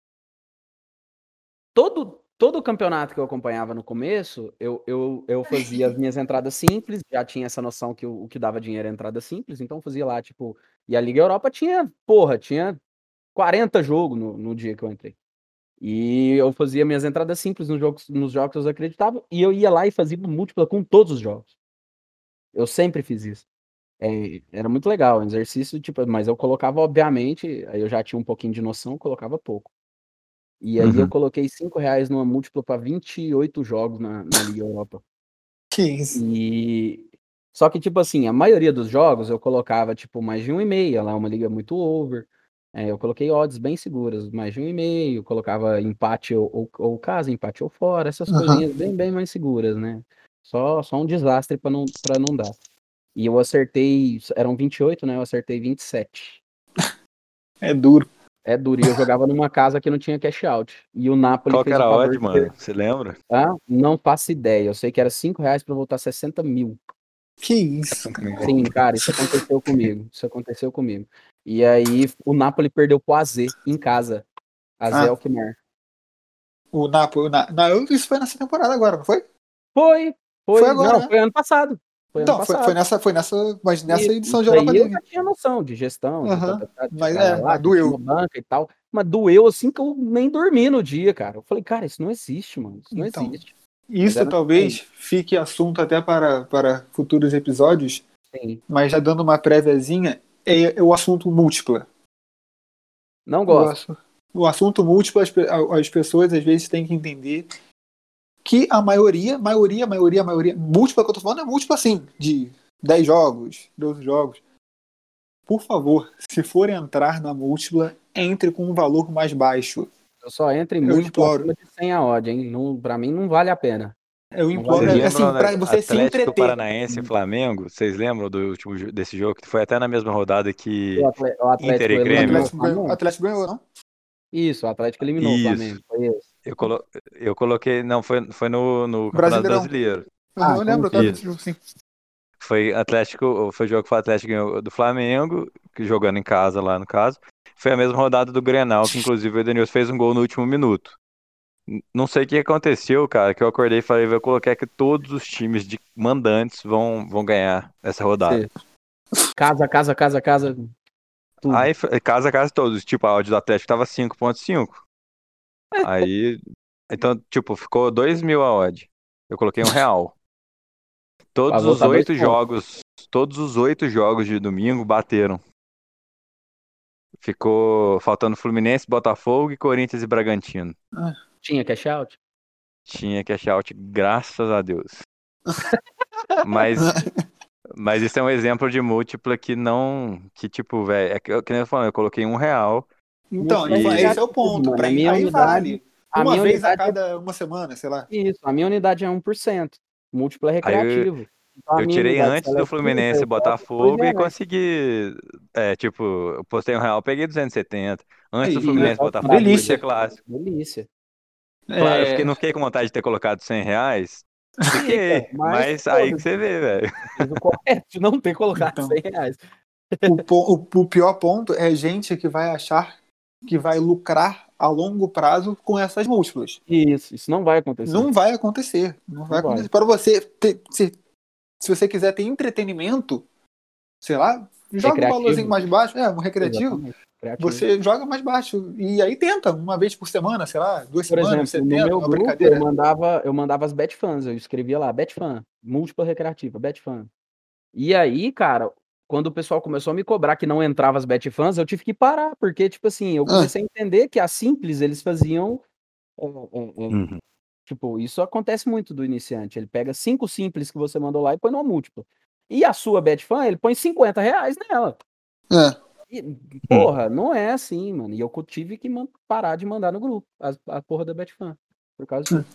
todo, todo o campeonato que eu acompanhava no começo, eu, eu, eu fazia as minhas entradas simples, já tinha essa noção que o, o que dava dinheiro era entrada simples, então eu fazia lá, tipo, e a Liga Europa tinha, porra, tinha quarenta jogos no, no dia que eu entrei. E eu fazia minhas entradas simples nos jogos, nos jogos que eu acreditava, e eu ia lá e fazia múltipla com todos os jogos. Eu sempre fiz isso. É, era muito legal, um exercício, tipo, mas eu colocava, obviamente, aí eu já tinha um pouquinho de noção, eu colocava pouco. E aí eu Uhum. coloquei cinco reais numa múltipla para vinte e oito jogos na, na Liga Europa. Que isso? E só que, tipo assim, a maioria dos jogos eu colocava, tipo, mais de um e meio, lá uma liga muito over. É, eu coloquei odds bem seguras, mais de um e meio, colocava empate ou, ou, ou casa, empate ou fora, essas Aham. coisinhas bem, bem mais seguras, né? Só, só um desastre para não, para não dar. E eu acertei, eram vinte e oito, né? Eu acertei vinte e sete. É duro. É duro. E eu jogava numa casa que não tinha cash out. E o Napoli Qual que fez o era a favor odd, de mano? Você lembra? Ah, não faço ideia. Eu sei que era cinco reais para voltar sessenta mil. Que isso, cara. Sim, cara, isso aconteceu comigo. Isso aconteceu comigo. E aí o Napoli perdeu pro A Z em casa. A Z Ah. Alkmaar. O Napoli. Na, na, isso foi nessa temporada agora, não foi? Foi, foi, Foi agora, não, né? foi ano passado. Foi ano Então, foi, passado. foi nessa, foi nessa, mas nessa E edição de isso Europa aí eu League. já tinha noção de gestão, de, Aham. tá, tá, tá, de Mas cara é, lá, mas que tinha doeu. banca e tal. Mas doeu assim que eu nem dormi no dia, cara. Eu falei, cara, isso não existe, mano. Isso não Então, existe. isso era- talvez fique assunto até para, para futuros episódios, Sim. mas já dando uma préviazinha, é, é o assunto múltipla. Não O, gosto. assu- o assunto múltiplo, as, pe- a- as pessoas às vezes têm que entender que a maioria, maioria, maioria, maioria, múltipla que eu tô falando é múltipla assim, de dez jogos, doze jogos. por favor, se for entrar na múltipla, entre com um valor mais baixo. Eu só entro em Eu múltiplo imploro. acima de cem a odd, hein? Não, pra mim não vale a pena. Eu Não imploro, vale Vocês a assim, lembram, pra né, você se Atlético entreter. Paranaense e Flamengo? Vocês lembram do último jo- desse jogo? Que foi até na mesma rodada que O Atle- o Atlético Inter e O eliminou Grêmio? o Atlético ganhou, o Flamengo? Atlético ganhou, não? Isso, o Atlético eliminou o Isso. Flamengo. Foi esse. Eu, colo... eu coloquei. Não, foi, foi no, no Campeonato Brasileirão. Brasileiro. Ah, eu então lembro, eu tava isso. assim. Foi Atlético. Foi o jogo que o Atlético ganhou do Flamengo, que jogando em casa lá no caso. Foi a mesma rodada do Grenal, que inclusive o Edenilson fez um gol no último minuto. N- Não sei o que aconteceu, cara, que eu acordei e falei, vou colocar que todos os times de mandantes vão, vão ganhar essa rodada. Casa, casa, casa, casa. Tudo. Aí, f- casa a casa todos, tipo, a odd do Atlético tava cinco ponto cinco. Aí, então, tipo, ficou dois mil a odd. Eu coloquei um real. Todos Pra os voltar dois oito pontos. jogos, todos os oito jogos de domingo bateram. Ficou faltando Fluminense, Botafogo e Corinthians e Bragantino. Tinha cash out? Tinha cash out, graças a Deus. Mas, mas isso é um exemplo de múltipla que não, que tipo, velho, é que, eu- que nem eu falei, eu coloquei um real. Então, Múltipla então, E- esse é o ponto. mano, Pra a mim, minha aí unidade- vale. a Uma minha vez a unidade é- cada uma semana, sei lá. Isso, a minha unidade é um por cento. Múltiplo é Aí eu- recreativo. Então, a Eu minha tirei unidade, se antes ela é do cinco, Fluminense e eu boto Botafogo dois e reais. consegui, é, tipo, eu postei um real, peguei duzentos e setenta. Antes do Aí, Fluminense e é, Botafogo, delícia. por ser clássico. Delícia. Claro, eu É, fiquei, não fiquei com vontade de ter colocado cem reais. Fiquei, Fica, mas, mas aí pô, que você vê, velho. Fiz o correto de não ter colocado Então. cem reais. o, po- o- o pior ponto é gente que vai achar que vai lucrar a longo prazo com essas múltiplas. Isso, isso não vai acontecer. Não vai acontecer. Não vai Não vai. acontecer. Para você ter, se, se você quiser ter entretenimento, sei lá, joga um Recreativo. valorzinho mais baixo, é, um recreativo, Exatamente, recreativo. você joga mais baixo. E aí tenta, uma vez por semana, sei lá, duas Por semanas, exemplo, você no tenta, meu uma grupo, brincadeira. eu mandava, eu mandava as betfans, eu escrevia lá, betfan, múltipla recreativa, betfan. E aí, cara, quando o pessoal começou a me cobrar que não entrava as betfans, eu tive que parar, porque, tipo assim, eu comecei a entender que a simples, eles faziam, é, é, é, Uhum. tipo, isso acontece muito do iniciante, ele pega cinco simples que você mandou lá e põe numa múltipla. E a sua betfan, ele põe cinquenta reais nela. É. E, porra, não é assim, mano. E eu tive que man- parar de mandar no grupo a, a porra da Betfan. Por causa disso.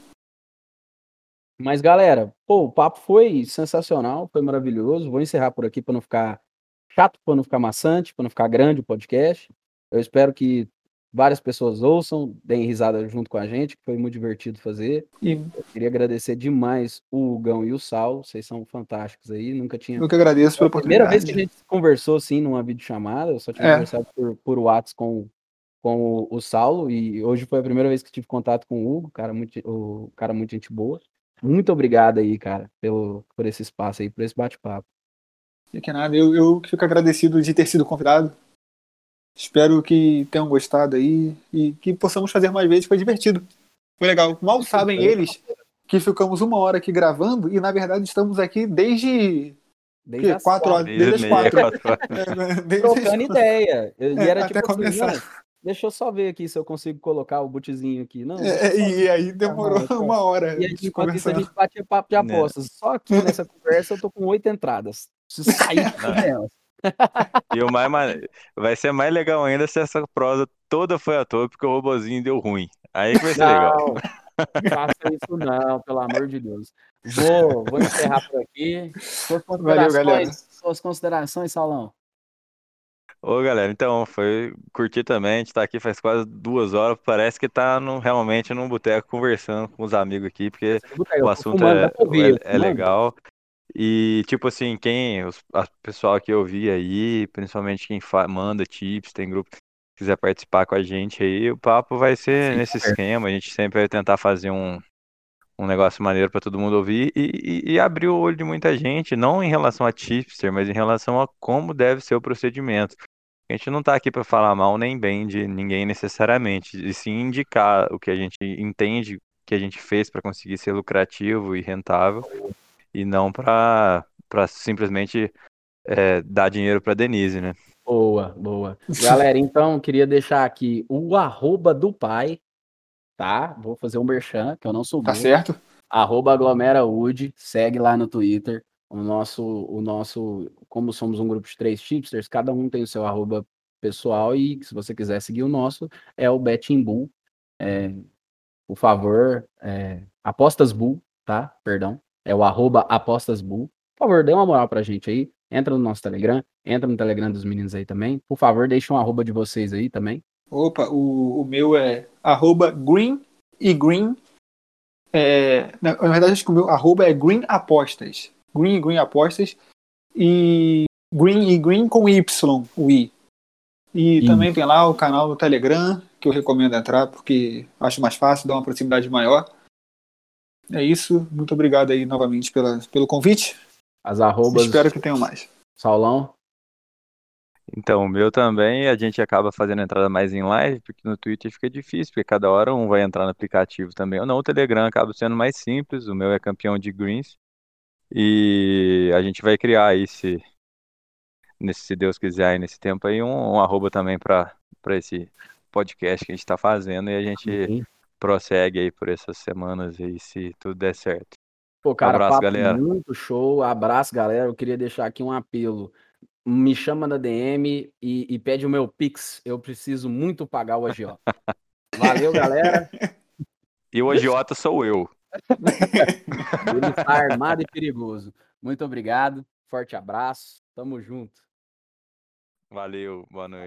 Mas, galera, pô, o papo foi sensacional, foi maravilhoso. Vou encerrar por aqui pra não ficar chato, pra não ficar maçante, pra não ficar grande o podcast. Eu espero que várias pessoas ouçam, deem risada junto com a gente, que foi muito divertido fazer. E Eu queria agradecer demais o Hugão e o Saulo, vocês são fantásticos aí. Nunca tinha. eu que agradeço Foi pela a primeira vez oportunidade. que a gente conversou assim numa videochamada, eu só tinha É. conversado por, por WhatsApp com, com o, o Saulo, e hoje foi a primeira vez que tive contato com o Hugo, cara muito, o cara muito gente boa. Muito obrigado aí, cara, pelo, por esse espaço aí, por esse bate-papo. De que nada, eu, eu que fico agradecido de ter sido convidado. Espero que tenham gostado aí e que possamos fazer mais vezes, foi divertido. Foi legal. Mal sabem eles que ficamos uma hora aqui gravando e na verdade estamos aqui desde Desde que, as quatro horas. Desde Desde as meia, quatro. quatro horas. É, desde trocando ideia. Eu- É, e era até tipo assim, começar. "Não, deixa eu só ver aqui se eu consigo colocar o bootzinho aqui. Não, É, deixa eu só e aí demorou Ah, não, uma hora E aí, de enquanto isso, a conversando. gente batia papo de Né. apostas. Só aqui nessa conversa eu tô com oito entradas. Preciso sair Não. delas. E o mais mane- vai ser mais legal ainda se essa prosa toda foi à toa, porque o robozinho deu ruim. Aí que vai ser legal. Não, faça isso não, pelo amor de Deus. Vou, vou encerrar por aqui. Suas Valeu, galera. considerações, suas considerações, Saulão. Ô, galera, então, foi curtir também. A gente tá aqui faz quase duas horas. Parece que tá no, realmente num boteco conversando com os amigos aqui, porque Eu o tô assunto fumando, é, dá pra ouvir, eu é, é fumando. legal. E, tipo assim, quem, os, a pessoal que eu vi aí, principalmente quem fa- manda tips, tem grupo que quiser participar com a gente aí, o papo vai ser Sim, nesse conversa. esquema. A gente sempre vai tentar fazer um, um negócio maneiro pra todo mundo ouvir e, e, e abrir o olho de muita gente, não em relação a tipster, mas em relação a como deve ser o procedimento. A gente não tá aqui pra falar mal nem bem de ninguém necessariamente, e sim indicar o que a gente entende que a gente fez pra conseguir ser lucrativo e rentável, e não pra para simplesmente é, dar dinheiro pra Denise, né? Boa, boa. Galera, então, queria deixar aqui o arroba do pai, tá? Vou fazer um merchan, que eu não sou Tá burro. certo? Arroba aglomeraud, segue lá no Twitter. o nosso, o nosso, como somos um grupo de três tipsters, cada um tem o seu arroba pessoal e se você quiser seguir o nosso, é o Betting Bull. É, por favor, é, Apostas Bull, tá? Perdão. É o arroba Apostas Bull. Por favor, dê uma moral pra gente aí. Entra no nosso Telegram, entra no Telegram dos meninos aí também. Por favor, deixa um arroba de vocês aí também. Opa, o, o meu é arroba green e green. É, na, na verdade, acho que o meu arroba é green apostas. Green e green apostas. E green e green com Y, o I. E, E- também tem lá o canal no Telegram, que eu recomendo entrar, porque acho mais fácil, dá uma proximidade maior. É isso. Muito obrigado aí novamente pela, pelo convite. As arrobas, Espero que tenham mais. Saulão. Então, o meu também, a gente acaba fazendo entrada mais em live, porque no Twitter fica difícil, porque cada hora um vai entrar no aplicativo também. Ou não, o Telegram acaba sendo mais simples, o meu é campeão de greens. E a gente vai criar aí, se, nesse, se Deus quiser, aí nesse tempo aí, um, um arroba também para para esse podcast que a gente está fazendo e a gente Sim. prossegue aí por essas semanas aí, se tudo der certo. Pô, cara, Abraço, papo galera. muito show. Abraço, galera. Eu queria deixar aqui um apelo. Me chama na D M e, e pede o meu Pix. Eu preciso muito pagar o agiota. Valeu, galera. E o agiota sou eu. Ele está armado e perigoso. Muito obrigado. Forte abraço. Tamo junto. Valeu, boa noite.